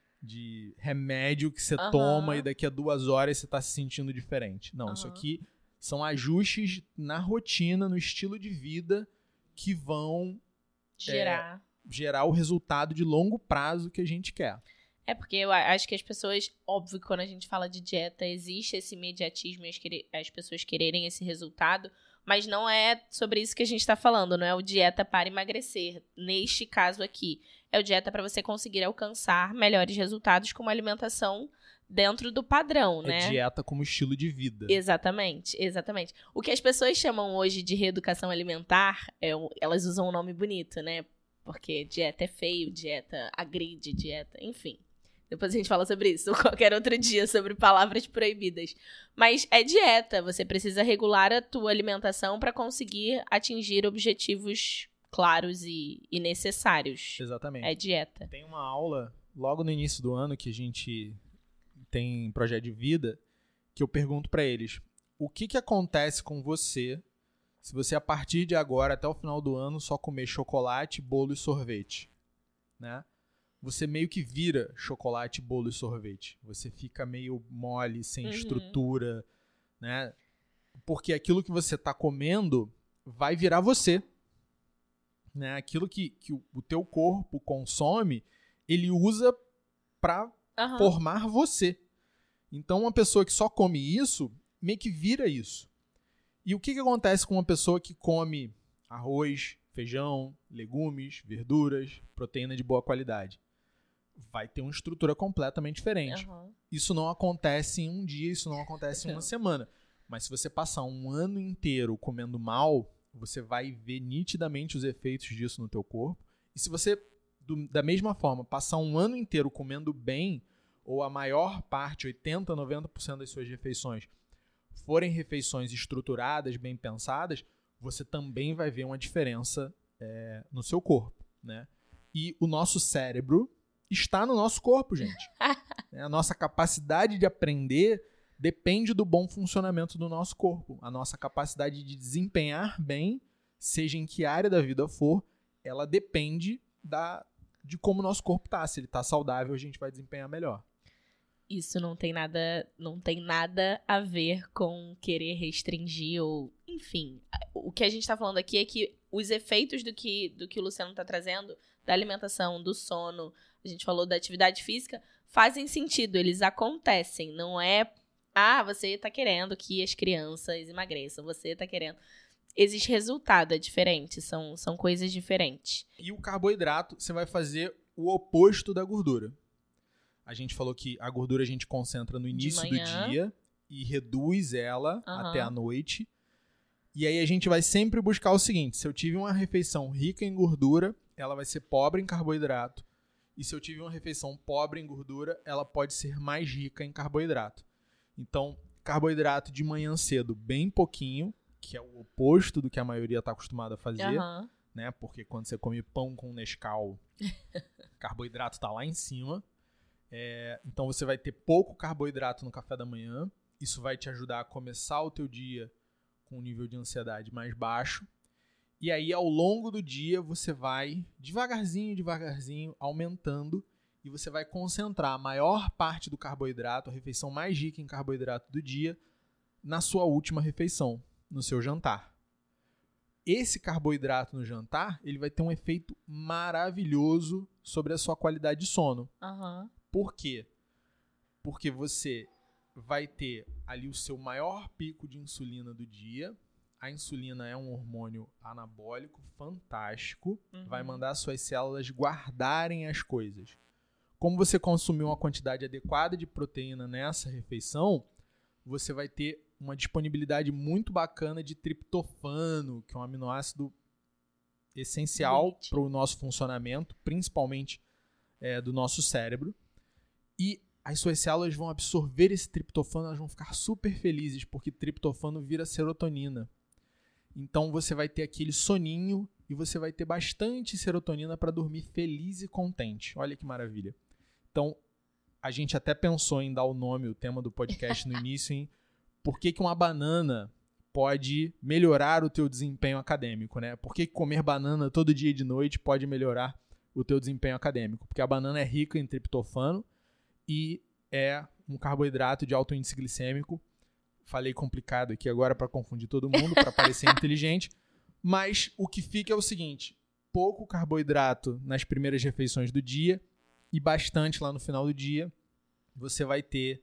de remédio que você Uhum. toma e daqui a duas horas você está se sentindo diferente. Não, Uhum. isso aqui são ajustes na rotina, no estilo de vida, que vão Gerar. gerar o resultado de longo prazo que a gente quer. É porque eu a- acho que as pessoas, óbvio que quando a gente fala de dieta, existe esse imediatismo e as, querer- as pessoas quererem esse resultado, mas não é sobre isso que a gente tá falando, não é o dieta para emagrecer. Neste caso aqui, é o dieta para você conseguir alcançar melhores resultados com uma alimentação dentro do padrão, né? É dieta como estilo de vida. Exatamente, exatamente. O que as pessoas chamam hoje de reeducação alimentar, é, um- elas usam um nome bonito, né? Porque dieta é feio, dieta agride, dieta, enfim. Depois a gente fala sobre isso, ou qualquer outro dia, sobre palavras proibidas. Mas é dieta, você precisa regular a tua alimentação para conseguir atingir objetivos claros e, e necessários. Exatamente. É dieta. Tem uma aula logo no início do ano que a gente tem projeto de vida, que eu pergunto para eles, o que, que acontece com você se você a partir de agora até o final do ano só comer chocolate, bolo e sorvete, né? Você meio que vira chocolate, bolo e sorvete. Você fica meio mole, sem Uhum. estrutura, né? Porque aquilo que você tá comendo vai virar você, né? Aquilo que, que o, o teu corpo consome, ele usa para Aham. formar você. Então, uma pessoa que só come isso, meio que vira isso. E o que, que acontece com uma pessoa que come arroz, feijão, legumes, verduras, proteína de boa qualidade. Vai ter uma estrutura completamente diferente. Uhum. Isso não acontece em um dia, isso não acontece em uma semana. Mas se você passar um ano inteiro comendo mal, você vai ver nitidamente os efeitos disso no teu corpo. E se você, do, da mesma forma, passar um ano inteiro comendo bem, ou a maior parte, oitenta por cento, noventa por cento das suas refeições, forem refeições estruturadas, bem pensadas, você também vai ver uma diferença é, no seu corpo, né? E o nosso cérebro está no nosso corpo, gente. A nossa capacidade de aprender depende do bom funcionamento do nosso corpo. A nossa capacidade de desempenhar bem, seja em que área da vida for, ela depende da, de como o nosso corpo está. Se ele está saudável, a gente vai desempenhar melhor. Isso não tem nada, não tem nada a ver com querer restringir ou... Enfim, o que a gente está falando aqui é que os efeitos do que, do que o Luciano está trazendo, da alimentação, do sono, a gente falou da atividade física, fazem sentido, eles acontecem. Não é, ah, você está querendo que as crianças emagreçam, você está querendo... Existe resultado, é diferente, são, são coisas diferentes. E o carboidrato, você vai fazer o oposto da gordura. A gente falou que a gordura a gente concentra no início do dia e reduz ela uhum. até a noite. E aí a gente vai sempre buscar o seguinte, se eu tive uma refeição rica em gordura, ela vai ser pobre em carboidrato. E se eu tive uma refeição pobre em gordura, ela pode ser mais rica em carboidrato. Então, carboidrato de manhã cedo, bem pouquinho, que é o oposto do que a maioria está acostumada a fazer. Uhum. Né? Porque quando você come pão com Nescau, carboidrato está lá em cima. É, então você vai ter pouco carboidrato no café da manhã. Isso vai te ajudar a começar o teu dia com um nível de ansiedade mais baixo. E aí, ao longo do dia, você vai devagarzinho, devagarzinho, aumentando. E você vai concentrar a maior parte do carboidrato, a refeição mais rica em carboidrato do dia, na sua última refeição, no seu jantar. Esse carboidrato no jantar, ele vai ter um efeito maravilhoso sobre a sua qualidade de sono. Uhum. Por quê? Porque você vai ter ali o seu maior pico de insulina do dia. A insulina é um hormônio anabólico fantástico. Uhum. Vai mandar suas células guardarem as coisas. Como você consumiu uma quantidade adequada de proteína nessa refeição, você vai ter uma disponibilidade muito bacana de triptofano, que é um aminoácido essencial para o nosso funcionamento, principalmente é, do nosso cérebro. E as suas células vão absorver esse triptofano, elas vão ficar super felizes, porque triptofano vira serotonina. Então você vai ter aquele soninho e você vai ter bastante serotonina para dormir feliz e contente. Olha que maravilha. Então, a gente até pensou em dar o nome, o tema do podcast no início, em por que que uma banana pode melhorar o teu desempenho acadêmico, né? Por que que comer banana todo dia e de noite pode melhorar o teu desempenho acadêmico? Porque a banana é rica em triptofano, e é um carboidrato de alto índice glicêmico. Falei complicado aqui agora para confundir todo mundo, para parecer inteligente. Mas o que fica é o seguinte, pouco carboidrato nas primeiras refeições do dia e bastante lá no final do dia. Você vai ter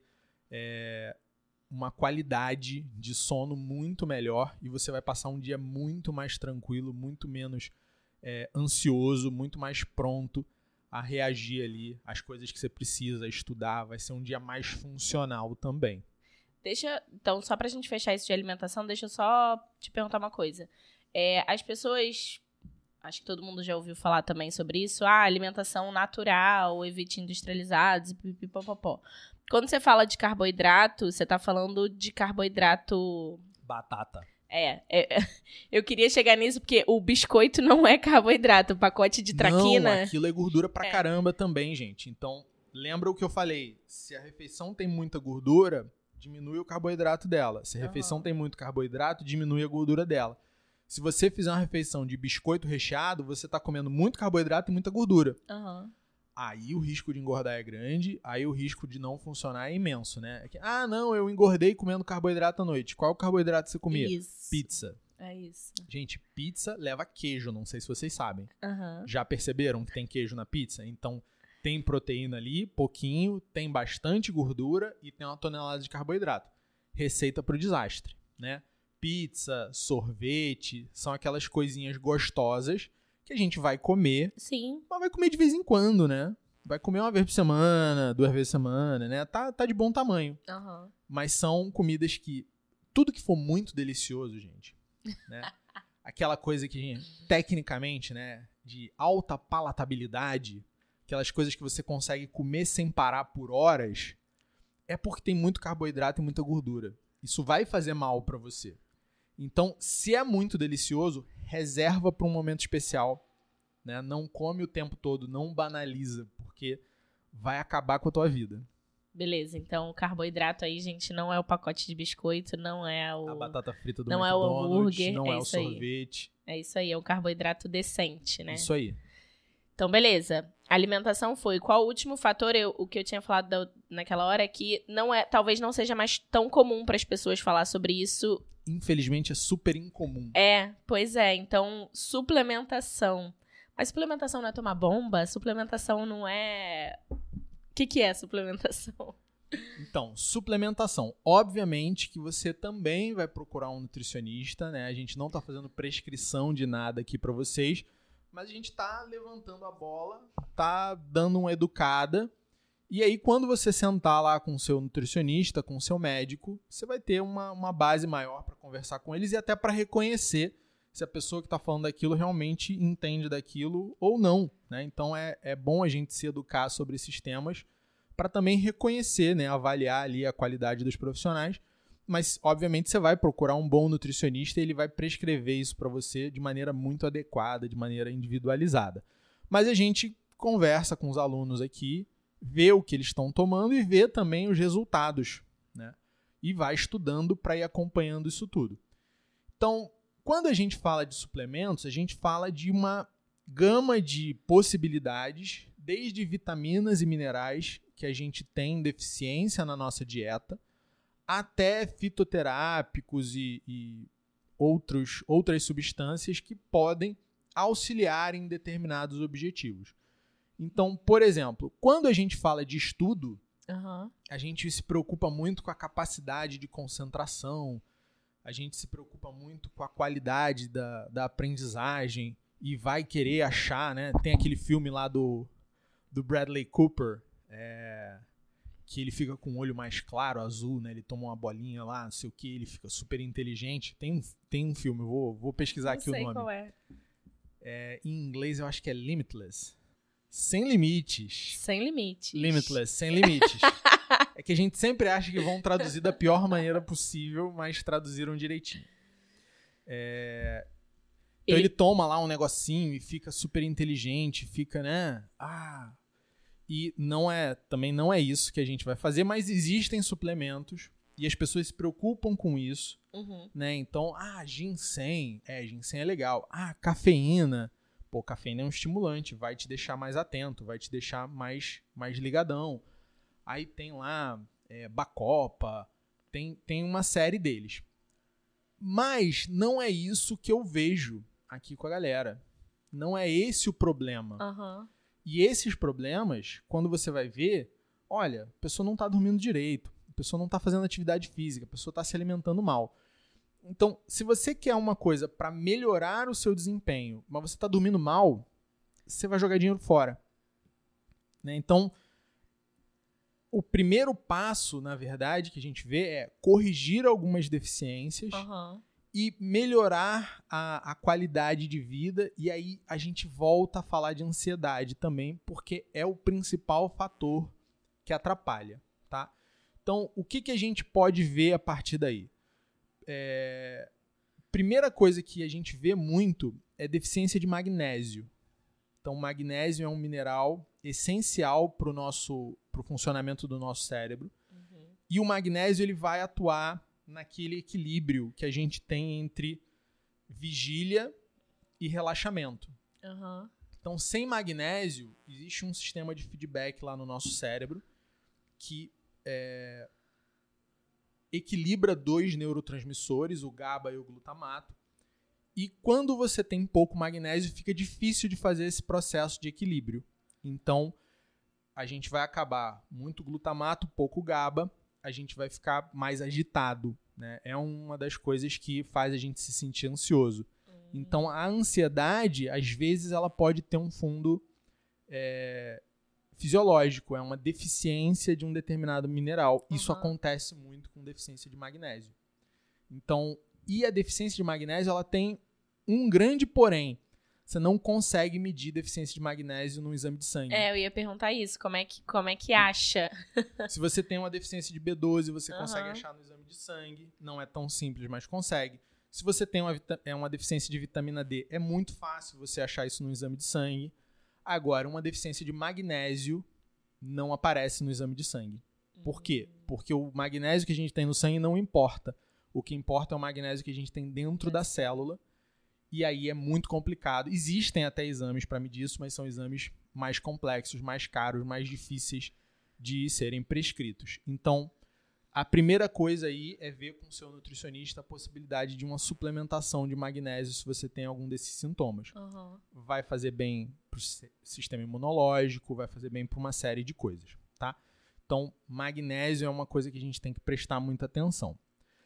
é, uma qualidade de sono muito melhor e você vai passar um dia muito mais tranquilo, muito menos é, ansioso, muito mais pronto a reagir ali às coisas que você precisa estudar. Vai ser um dia mais funcional também. Deixa, então, só pra gente fechar isso de alimentação, deixa eu só te perguntar uma coisa. É, as pessoas, acho que todo mundo já ouviu falar também sobre isso, ah, alimentação natural, evite industrializados e pipipopopó. Quando você fala de carboidrato, você tá falando de carboidrato... Batata. É, é, eu queria chegar nisso porque o biscoito não é carboidrato, o pacote de traquina... Não, aquilo é gordura pra é. caramba também, gente. Então, lembra o que eu falei, se a refeição tem muita gordura, diminui o carboidrato dela. Se a refeição uhum. tem muito carboidrato, diminui a gordura dela. Se você fizer uma refeição de biscoito recheado, você tá comendo muito carboidrato e muita gordura. Uhum. Aí o risco de engordar é grande, aí o risco de não funcionar é imenso, né? É que, ah, não, eu engordei comendo carboidrato à noite. Qual carboidrato você comia? Isso. Pizza. É isso. Gente, pizza leva queijo, não sei se vocês sabem. Uhum. Já perceberam que tem queijo na pizza? Então, tem proteína ali, pouquinho, tem bastante gordura e tem uma tonelada de carboidrato. Receita pro desastre, né? Pizza, sorvete, são aquelas coisinhas gostosas que a gente vai comer, Sim. mas vai comer de vez em quando, né? Vai comer uma vez por semana, duas vezes por semana, né? Tá, tá de bom tamanho. Uhum. Mas são comidas que... Tudo que for muito delicioso, gente, né? Aquela coisa que, tecnicamente, né? De alta palatabilidade, aquelas coisas que você consegue comer sem parar por horas, é porque tem muito carboidrato e muita gordura. Isso vai fazer mal pra você. Então, se é muito delicioso, reserva para um momento especial, né? Não come o tempo todo, não banaliza, porque vai acabar com a tua vida. Beleza, então o carboidrato aí, gente, não é o pacote de biscoito, não é o... A batata frita do não McDonald's, é o hambúrguer, não é, é o isso aí. sorvete. É isso aí, é um carboidrato decente, né? Isso aí. Então, beleza. A alimentação foi. Qual o último fator? Eu, o que eu tinha falado da, naquela hora é que não é, talvez não seja mais tão comum para as pessoas falar sobre isso. Infelizmente, é super incomum. É, pois é. Então, suplementação. Mas suplementação não é tomar bomba? Suplementação não é... O que, que é suplementação? Então, suplementação. Obviamente que você também vai procurar um nutricionista, né? A gente não tá fazendo prescrição de nada aqui para vocês, mas a gente tá levantando a bola, tá dando uma educada. E aí, quando você sentar lá com o seu nutricionista, com o seu médico, você vai ter uma, uma base maior para conversar com eles e até para reconhecer se a pessoa que está falando daquilo realmente entende daquilo ou não, né? Então, é, é bom a gente se educar sobre esses temas para também reconhecer, né? Avaliar ali a qualidade dos profissionais. Mas, obviamente, você vai procurar um bom nutricionista e ele vai prescrever isso para você de maneira muito adequada, de maneira individualizada. Mas a gente conversa com os alunos aqui, vê o que eles estão tomando e vê também os resultados, né? E vai estudando para ir acompanhando isso tudo. Então, quando a gente fala de suplementos, a gente fala de uma gama de possibilidades, desde vitaminas e minerais que a gente tem deficiência na nossa dieta, até fitoterápicos e, e outros, outras substâncias que podem auxiliar em determinados objetivos. Então, por exemplo, quando a gente fala de estudo, Uhum. a gente se preocupa muito com a capacidade de concentração, a gente se preocupa muito com a qualidade da, da aprendizagem e vai querer achar, né? Tem aquele filme lá do, do Bradley Cooper, é, que ele fica com o olho mais claro, azul, né? Ele toma uma bolinha lá, não sei o que, ele fica super inteligente. Tem um, tem um filme, eu vou, vou pesquisar Não aqui o sei nome. qual é. É, em inglês eu acho que é Limitless. Sem limites. Sem limites. Limitless, sem limites. É que a gente sempre acha que vão traduzir da pior maneira possível, mas traduziram direitinho. É... Então ele... ele toma lá um negocinho e fica super inteligente, fica, né? Ah... E não é, também não é isso que a gente vai fazer, mas existem suplementos e as pessoas se preocupam com isso, Uhum. né? Então, ah, ginseng, é, ginseng é legal. Ah, cafeína, pô, cafeína é um estimulante, vai te deixar mais atento, vai te deixar mais, mais ligadão. Aí tem lá é, Bacopa, tem, tem uma série deles. Mas não é isso que eu vejo aqui com a galera. Não é esse o problema. Uhum. E esses problemas, quando você vai ver, olha, a pessoa não está dormindo direito, a pessoa não está fazendo atividade física, a pessoa está se alimentando mal. Então, se você quer uma coisa para melhorar o seu desempenho, mas você está dormindo mal, você vai jogar dinheiro fora. Né? Então, o primeiro passo, na verdade, que a gente vê é corrigir algumas deficiências, Uhum. e melhorar a, a qualidade de vida, e aí a gente volta a falar de ansiedade também, porque é o principal fator que atrapalha, tá? Então, o que, que a gente pode ver a partir daí? É... Primeira coisa que a gente vê muito é deficiência de magnésio. Então, magnésio é um mineral essencial para o nosso, pro funcionamento do nosso cérebro, uhum. E o magnésio ele vai atuar naquele equilíbrio que a gente tem entre vigília e relaxamento. Uhum. Então, sem magnésio, existe um sistema de feedback lá no nosso cérebro que é, equilibra dois neurotransmissores, o GABA e o glutamato. E quando você tem pouco magnésio, fica difícil de fazer esse processo de equilíbrio. Então, a gente vai acabar muito glutamato, pouco GABA, a gente vai ficar mais agitado, né? É uma das coisas que faz a gente se sentir ansioso. Então, a ansiedade, às vezes, ela pode ter um fundo é, fisiológico. É uma deficiência de um determinado mineral. Isso Uhum. acontece muito com deficiência de magnésio. Então, e a deficiência de magnésio, ela tem um grande porém. Você não consegue medir deficiência de magnésio no exame de sangue. É, eu ia perguntar isso. Como é que, como é que acha? Se você tem uma deficiência de B doze, você Uhum. consegue achar no exame de sangue. Não é tão simples, mas consegue. Se você tem uma, vita- é uma deficiência de vitamina D, é muito fácil você achar isso no exame de sangue. Agora, uma deficiência de magnésio não aparece no exame de sangue. Por quê? Porque o magnésio que a gente tem no sangue não importa. O que importa é o magnésio que a gente tem dentro da célula. E aí é muito complicado. Existem até exames para medir isso, mas são exames mais complexos, mais caros, mais difíceis de serem prescritos. Então, a primeira coisa aí é ver com o seu nutricionista a possibilidade de uma suplementação de magnésio se você tem algum desses sintomas. Uhum. Vai fazer bem para o sistema imunológico, vai fazer bem para uma série de coisas, tá? Então, magnésio é uma coisa que a gente tem que prestar muita atenção.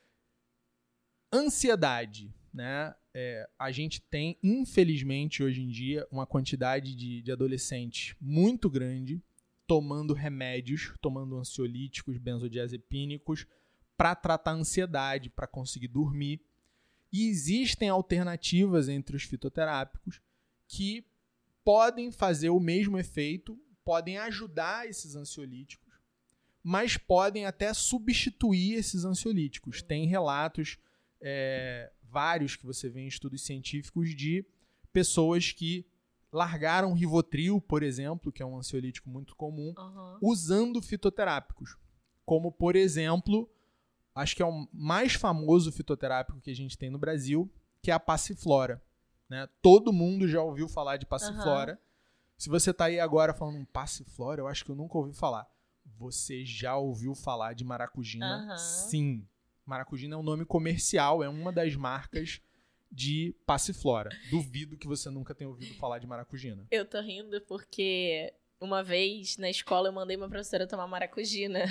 Ansiedade, né? É, a gente tem, infelizmente, hoje em dia, uma quantidade de, de adolescentes muito grande tomando remédios, tomando ansiolíticos, benzodiazepínicos para tratar a ansiedade, para conseguir dormir. E existem alternativas entre os fitoterápicos que podem fazer o mesmo efeito, podem ajudar esses ansiolíticos, mas podem até substituir esses ansiolíticos. Tem relatos, é, vários que você vê em estudos científicos de pessoas que largaram Rivotril, por exemplo, que é um ansiolítico muito comum, Uhum. usando fitoterápicos. Como, por exemplo, acho que é o mais famoso fitoterápico que a gente tem no Brasil, que é a Passiflora. Né? Todo mundo já ouviu falar de Passiflora. Uhum. Se você está aí agora falando Passiflora, eu acho que eu nunca ouvi falar. Você já ouviu falar de maracujina? Uhum. Sim. Maracujina é um nome comercial, é uma das marcas de Passiflora. Duvido que você nunca tenha ouvido falar de maracujina. Eu tô rindo porque uma vez na escola eu mandei uma professora tomar maracujina.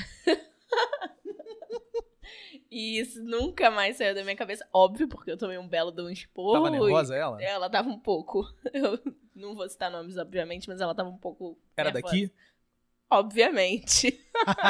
E isso nunca mais saiu da minha cabeça. Óbvio, porque eu tomei um belo de um esporro. Tava nervosa ela? Ela tava um pouco. Eu não vou citar nomes, obviamente, mas ela tava um pouco Era nervosa. daqui? Obviamente.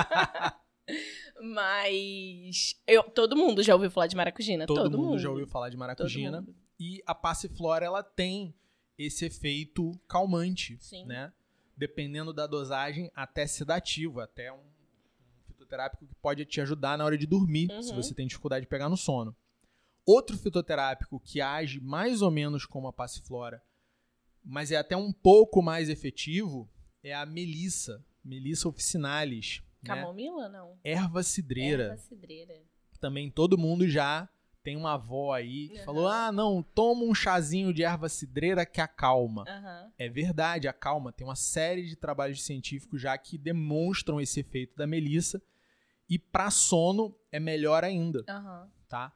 Mas eu, todo mundo já ouviu falar de maracujina. Todo, todo mundo, mundo já ouviu falar de maracujina. Todo mundo. E a Passiflora, ela tem esse efeito calmante, Sim. né? Dependendo da dosagem, até sedativo, até um fitoterápico que pode te ajudar na hora de dormir, Uhum. se você tem dificuldade de pegar no sono. Outro fitoterápico que age mais ou menos como a Passiflora, mas é até um pouco mais efetivo, é a Melissa, Melissa officinalis. Camomila, né? não? Erva cidreira. Erva cidreira. Também todo mundo já tem uma avó aí que Uhum. falou, ah, não, toma um chazinho de erva cidreira que acalma. Uhum. É verdade, acalma. Tem uma série de trabalhos científicos já que demonstram esse efeito da melissa. E para sono é melhor ainda, Uhum. tá?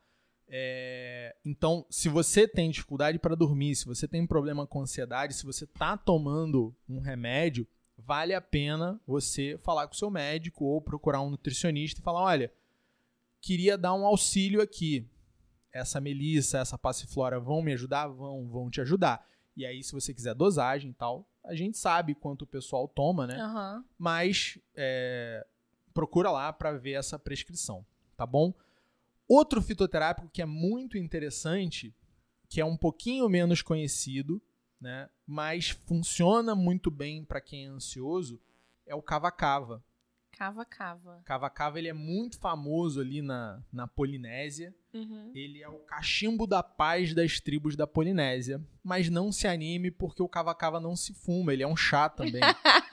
É... Então, se você tem dificuldade para dormir, se você tem problema com ansiedade, se você tá tomando um remédio, vale a pena você falar com o seu médico ou procurar um nutricionista e falar, olha, queria dar um auxílio aqui. Essa melissa, essa passiflora vão me ajudar? Vão, vão te ajudar. E aí, se você quiser dosagem e tal, a gente sabe quanto o pessoal toma, né? Uhum. Mas é, procura lá para ver essa prescrição, tá bom? Outro fitoterápico que é muito interessante, que é um pouquinho menos conhecido, né? Mas funciona muito bem para quem é ansioso, é o cava-cava. Cava-cava. Cava-cava, ele é muito famoso ali na, na Polinésia. Uhum. Ele é o cachimbo da paz das tribos da Polinésia. Mas não se anime, porque o cava-cava não se fuma, ele é um chá também.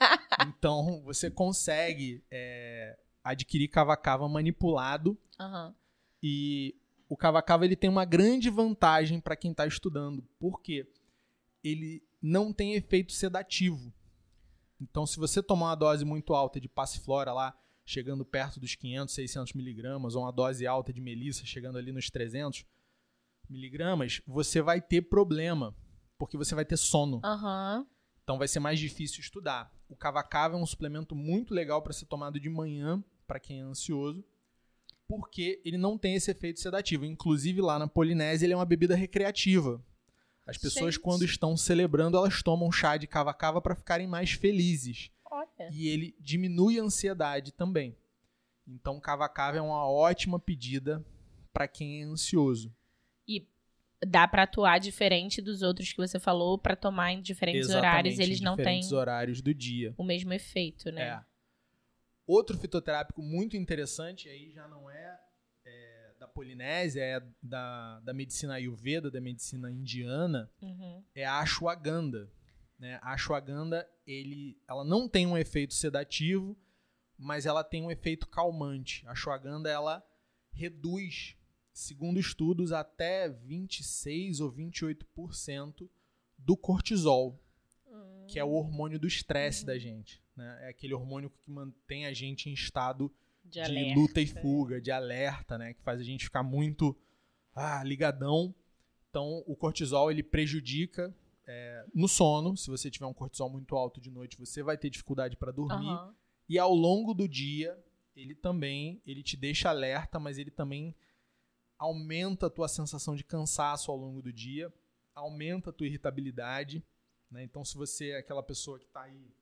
Então, você consegue é, adquirir cava-cava manipulado. Uhum. E o cava-cava, ele tem uma grande vantagem para quem está estudando. Por quê? Ele não tem efeito sedativo. Então, se você tomar uma dose muito alta de passiflora lá, chegando perto dos quinhentos, seiscentos miligramas, ou uma dose alta de melissa, chegando ali nos trezentos miligramas, você vai ter problema, porque você vai ter sono. Uhum. Então, vai ser mais difícil estudar. O cava-cava é um suplemento muito legal para ser tomado de manhã, para quem é ansioso, porque ele não tem esse efeito sedativo. Inclusive, lá na Polinésia, ele é uma bebida recreativa. As pessoas, Gente. quando estão celebrando, elas tomam chá de cava-cava para ficarem mais felizes. Olha. E ele diminui a ansiedade também. Então, cava-cava é uma ótima pedida para quem é ansioso. E dá pra atuar diferente dos outros que você falou, pra tomar em diferentes Exatamente, horários. Eles em não têm diferentes horários do dia. o mesmo efeito, né? É. Outro fitoterápico muito interessante, aí já não é, é da Polinésia, é da, da medicina Ayurveda, da medicina indiana, Uhum. é a ashwagandha. Né? A ashwagandha, ele, ela não tem um efeito sedativo, mas ela tem um efeito calmante. A ashwagandha, ela reduz, segundo estudos, até vinte e seis ou vinte e oito por cento do cortisol, Hum. que é o hormônio do estresse Uhum. da gente. Né? É aquele hormônio que mantém a gente em estado De, de alerta. luta e fuga, de alerta, né? Que faz a gente ficar muito ah, ligadão. Então, o cortisol, ele prejudica é, no sono. Se você tiver um cortisol muito alto de noite, você vai ter dificuldade para dormir. Aham. E ao longo do dia, ele também, ele te deixa alerta, mas ele também aumenta a tua sensação de cansaço ao longo do dia, aumenta a tua irritabilidade, né? Então, se você é aquela pessoa que está aí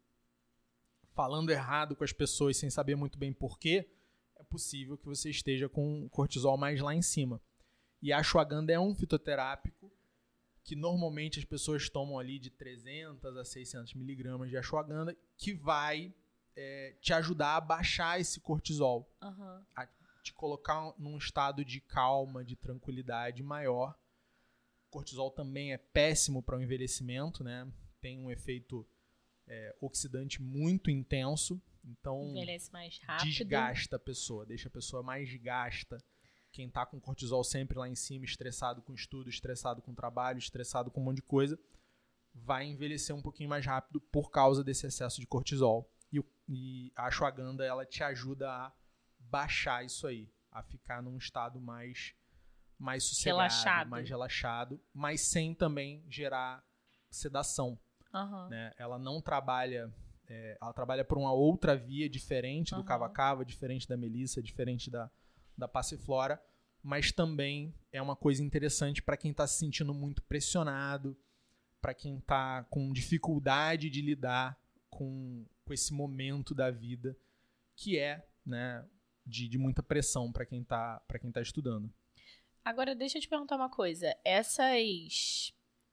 falando errado com as pessoas sem saber muito bem porquê, é possível que você esteja com o cortisol mais lá em cima. E a ashwagandha é um fitoterápico que normalmente as pessoas tomam ali de trezentos a seiscentos miligramas de ashwagandha, que vai é, te ajudar a baixar esse cortisol, Aham. a te colocar num estado de calma, de tranquilidade maior. O cortisol também é péssimo para o envelhecimento, né? Tem um efeito é, oxidante muito intenso, então Envelhece mais rápido. desgasta a pessoa, deixa a pessoa mais gasta. Quem tá com cortisol sempre lá em cima, estressado com estudo, estressado com trabalho, estressado com um monte de coisa, vai envelhecer um pouquinho mais rápido por causa desse excesso de cortisol. E, o- e a ashwagandha, ela te ajuda a baixar isso aí, a ficar num estado mais, mais sossegado, Relaxado. mais relaxado, mas sem também gerar sedação. Aham. Né? Ela não trabalha, é, ela trabalha por uma outra via diferente do Aham. cava-cava, diferente da melissa, diferente da, da passiflora, mas também é uma coisa interessante para quem está se sentindo muito pressionado, para quem está com dificuldade de lidar com, com esse momento da vida que é, né, de, de muita pressão para quem está para quem tá estudando. Agora, deixa eu te perguntar uma coisa. Essas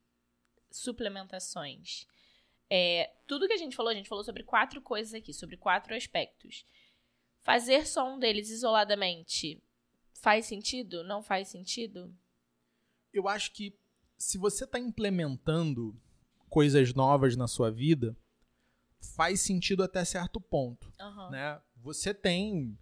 suplementações, é, tudo que a gente falou, a gente falou sobre quatro coisas aqui, sobre quatro aspectos. Fazer só um deles isoladamente faz sentido? Não faz sentido? Eu acho que se você está implementando coisas novas na sua vida, faz sentido até certo ponto. Aham. Né? Você tem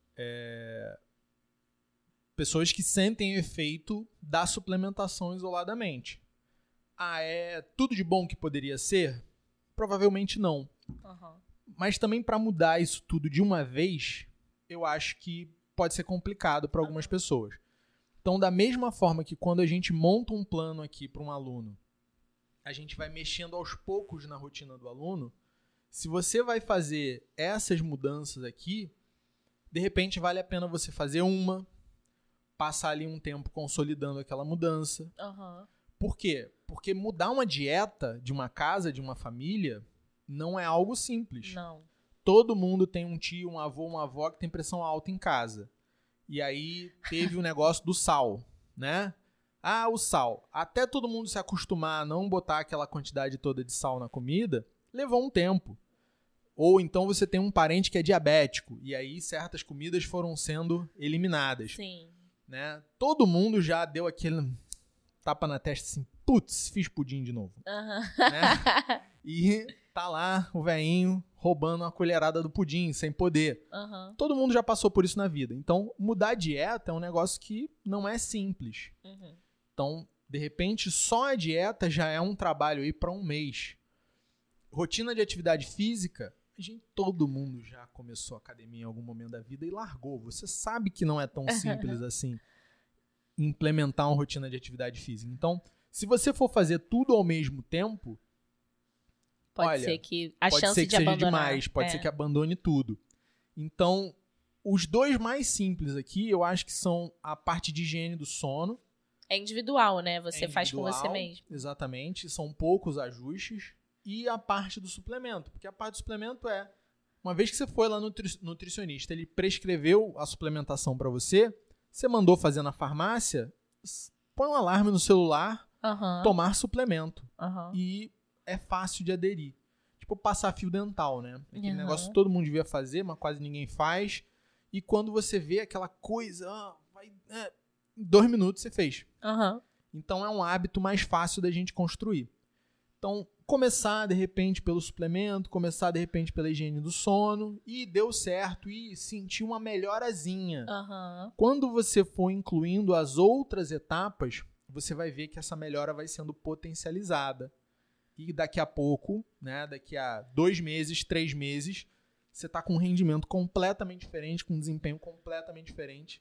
é, pessoas que sentem efeito da suplementação isoladamente. Ah, é tudo de bom que poderia ser? Provavelmente não. Aham. Mas também para mudar isso tudo de uma vez, eu acho que pode ser complicado para algumas pessoas. Então, da mesma forma que quando a gente monta um plano aqui para um aluno, a gente vai mexendo aos poucos na rotina do aluno, se você vai fazer essas mudanças aqui, de repente vale a pena você fazer uma, passar ali um tempo consolidando aquela mudança. Aham. Por quê? Porque mudar uma dieta de uma casa, de uma família, não é algo simples. Não. Todo mundo tem um tio, um avô, uma avó que tem pressão alta em casa. E aí teve o negócio do sal, né? Ah, o sal. Até todo mundo se acostumar a não botar aquela quantidade toda de sal na comida, levou um tempo. Ou então você tem um parente que é diabético, e aí certas comidas foram sendo eliminadas. Sim. Né? Todo mundo já deu aquele tapa na testa assim, putz, fiz pudim de novo. Aham. Né? E tá lá o velhinho roubando uma colherada do pudim, sem poder. Aham. Todo mundo já passou por isso na vida. Então, mudar a dieta é um negócio que não é simples. Uhum. Então, de repente, só a dieta já é um trabalho aí para um mês. Rotina de atividade física, a gente, todo mundo já começou academia em algum momento da vida e largou. Você sabe que não é tão simples assim implementar uma rotina de atividade física. Então, se você for fazer tudo ao mesmo tempo, Pode olha, ser que a pode chance ser que de seja abandonar. demais, pode é. ser que abandone tudo. Então, os dois mais simples aqui, eu acho que são a parte de higiene do sono. É individual, né? Você É faz com você individual, mesmo. Exatamente. São poucos ajustes. E a parte do suplemento. Porque a parte do suplemento é, uma vez que você foi lá no nutri- nutricionista, ele prescreveu a suplementação para você, você mandou fazer na farmácia, põe um alarme no celular, Uhum. tomar suplemento. Uhum. E é fácil de aderir. Tipo, passar fio dental, né? Aquele Uhum. negócio que todo mundo devia fazer, mas quase ninguém faz. E quando você vê aquela coisa, ah, vai, é, em dois minutos você fez. Uhum. Então é um hábito mais fácil da gente construir. Então, começar de repente pelo suplemento, começar de repente pela higiene do sono, e deu certo, e sentir uma melhorazinha. Uhum. Quando você for incluindo as outras etapas, você vai ver que essa melhora vai sendo potencializada. E daqui a pouco, né, daqui a dois meses, três meses, você está com um rendimento completamente diferente, com um desempenho completamente diferente,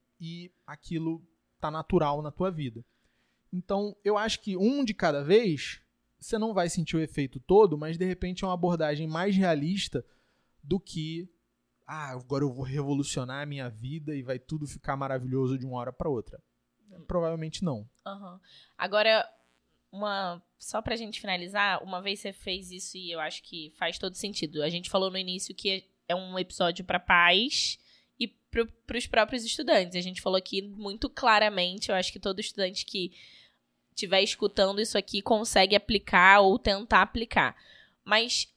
e aquilo tá natural na tua vida. Então, eu acho que um de cada vez, você não vai sentir o efeito todo, mas de repente é uma abordagem mais realista do que, ah, agora eu vou revolucionar a minha vida e vai tudo ficar maravilhoso de uma hora para outra. Provavelmente não. Uhum. Agora, uma, só pra gente finalizar, uma vez você fez isso e eu acho que faz todo sentido. A gente falou no início que é um episódio para pais e para os próprios estudantes. A gente falou aqui muito claramente, eu acho que todo estudante que estiver escutando isso aqui consegue aplicar ou tentar aplicar. Mas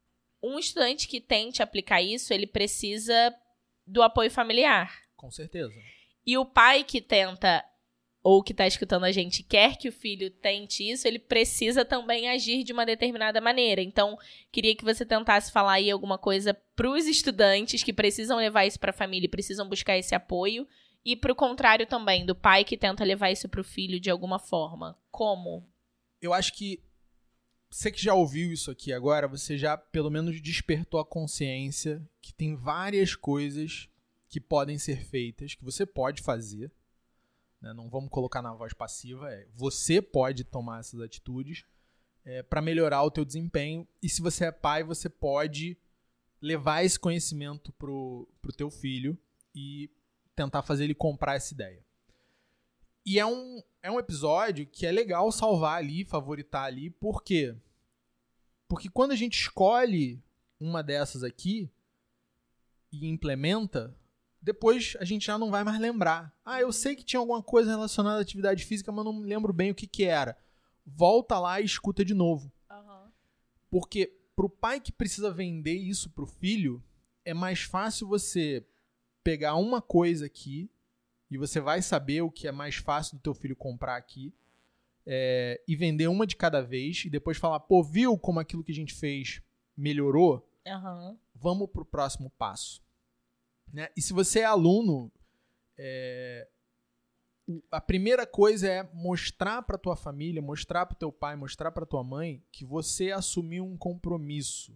um estudante que tente aplicar isso, ele precisa do apoio familiar. Com certeza. E o pai que tenta, ou que está escutando a gente, quer que o filho tente isso, ele precisa também agir de uma determinada maneira. Então, queria que você tentasse falar aí alguma coisa para os estudantes que precisam levar isso para a família e precisam buscar esse apoio. E pro contrário também, do pai que tenta levar isso pro filho de alguma forma. Como? Eu acho que você que já ouviu isso aqui agora, você já pelo menos despertou a consciência que tem várias coisas que podem ser feitas, que você pode fazer. Né? Não vamos colocar na voz passiva. É, você pode tomar essas atitudes é, para melhorar o teu desempenho. E se você é pai, você pode levar esse conhecimento pro, pro teu filho e tentar fazer ele comprar essa ideia. E é um, é um episódio que é legal salvar ali, favoritar ali. Por quê? Porque quando a gente escolhe uma dessas aqui e implementa, depois a gente já não vai mais lembrar. Ah, eu sei que tinha alguma coisa relacionada à atividade física, mas não me lembro bem o que, que era. Volta lá e escuta de novo. Uhum. Porque pro pai que precisa vender isso pro filho, é mais fácil você pegar uma coisa aqui e você vai saber o que é mais fácil do teu filho comprar aqui é, e vender uma de cada vez e depois falar, pô, viu como aquilo que a gente fez melhorou? Uhum. Vamos pro próximo passo. Né? E se você é aluno, é, a primeira coisa é mostrar para tua família, mostrar para teu pai, mostrar para tua mãe que você assumiu um compromisso,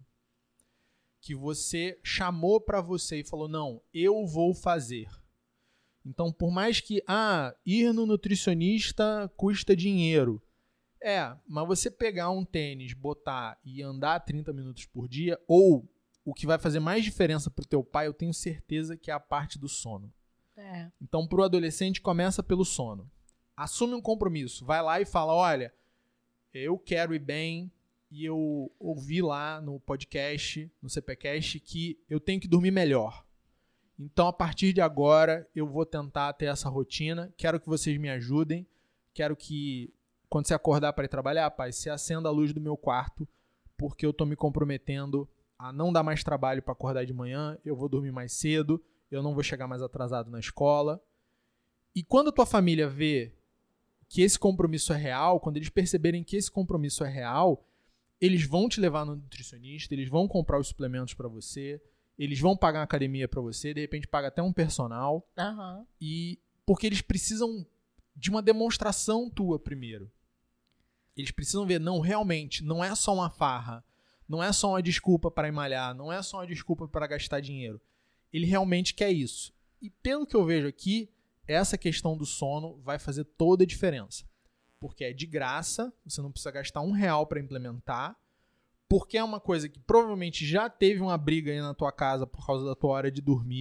que você chamou para você e falou, não, eu vou fazer. Então, por mais que, ah, ir no nutricionista custa dinheiro. É, mas você pegar um tênis, botar e andar trinta minutos por dia, ou o que vai fazer mais diferença pro teu pai, eu tenho certeza que é a parte do sono. É. Então, pro adolescente, começa pelo sono. Assume um compromisso. Vai lá e fala, olha, eu quero ir bem, e eu ouvi lá no podcast, no CPcast, que eu tenho que dormir melhor. Então, a partir de agora, eu vou tentar ter essa rotina. Quero que vocês me ajudem. Quero que, quando você acordar para ir trabalhar, pai, você acenda a luz do meu quarto, porque eu tô me comprometendo a não dar mais trabalho para acordar de manhã, eu vou dormir mais cedo, eu não vou chegar mais atrasado na escola. E quando a tua família vê que esse compromisso é real, quando eles perceberem que esse compromisso é real, eles vão te levar no nutricionista, eles vão comprar os suplementos para você, eles vão pagar uma academia para você, de repente paga até um personal. Uhum. E porque eles precisam de uma demonstração tua primeiro. Eles precisam ver, não, realmente, não é só uma farra, não é só uma desculpa para ir malhar, não é só uma desculpa para gastar dinheiro. Ele realmente quer isso. E pelo que eu vejo aqui, essa questão do sono vai fazer toda a diferença. Porque é de graça, você não precisa gastar um real para implementar, porque é uma coisa que provavelmente já teve uma briga aí na tua casa por causa da tua hora de dormir,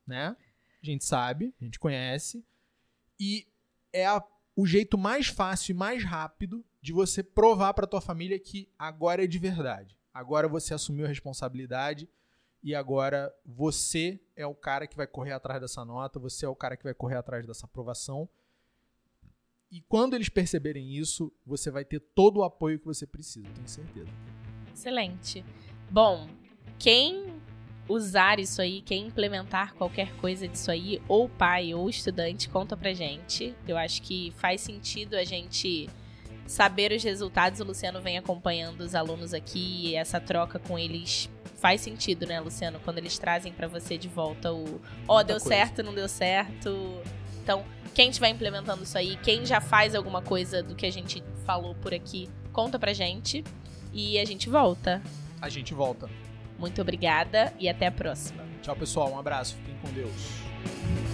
né? A gente sabe, a gente conhece. E é a, o jeito mais fácil e mais rápido de você provar para tua família que agora é de verdade. Agora você assumiu a responsabilidade e agora você é o cara que vai correr atrás dessa nota, você é o cara que vai correr atrás dessa aprovação. E quando eles perceberem isso, você vai ter todo o apoio que você precisa, tenho certeza. Excelente. Bom, quem usar isso aí, quem implementar qualquer coisa disso aí, ou pai ou estudante, conta pra gente. Eu acho que faz sentido a gente saber os resultados. O Luciano vem acompanhando os alunos aqui e essa troca com eles faz sentido, né, Luciano? Quando eles trazem pra você de volta o ó, oh, deu coisa. certo, não deu certo. Então, quem estiver implementando isso aí, quem já faz alguma coisa do que a gente falou por aqui, conta pra gente e a gente volta. A gente volta. Muito obrigada e até a próxima. Tchau, pessoal. Um abraço. Fiquem com Deus.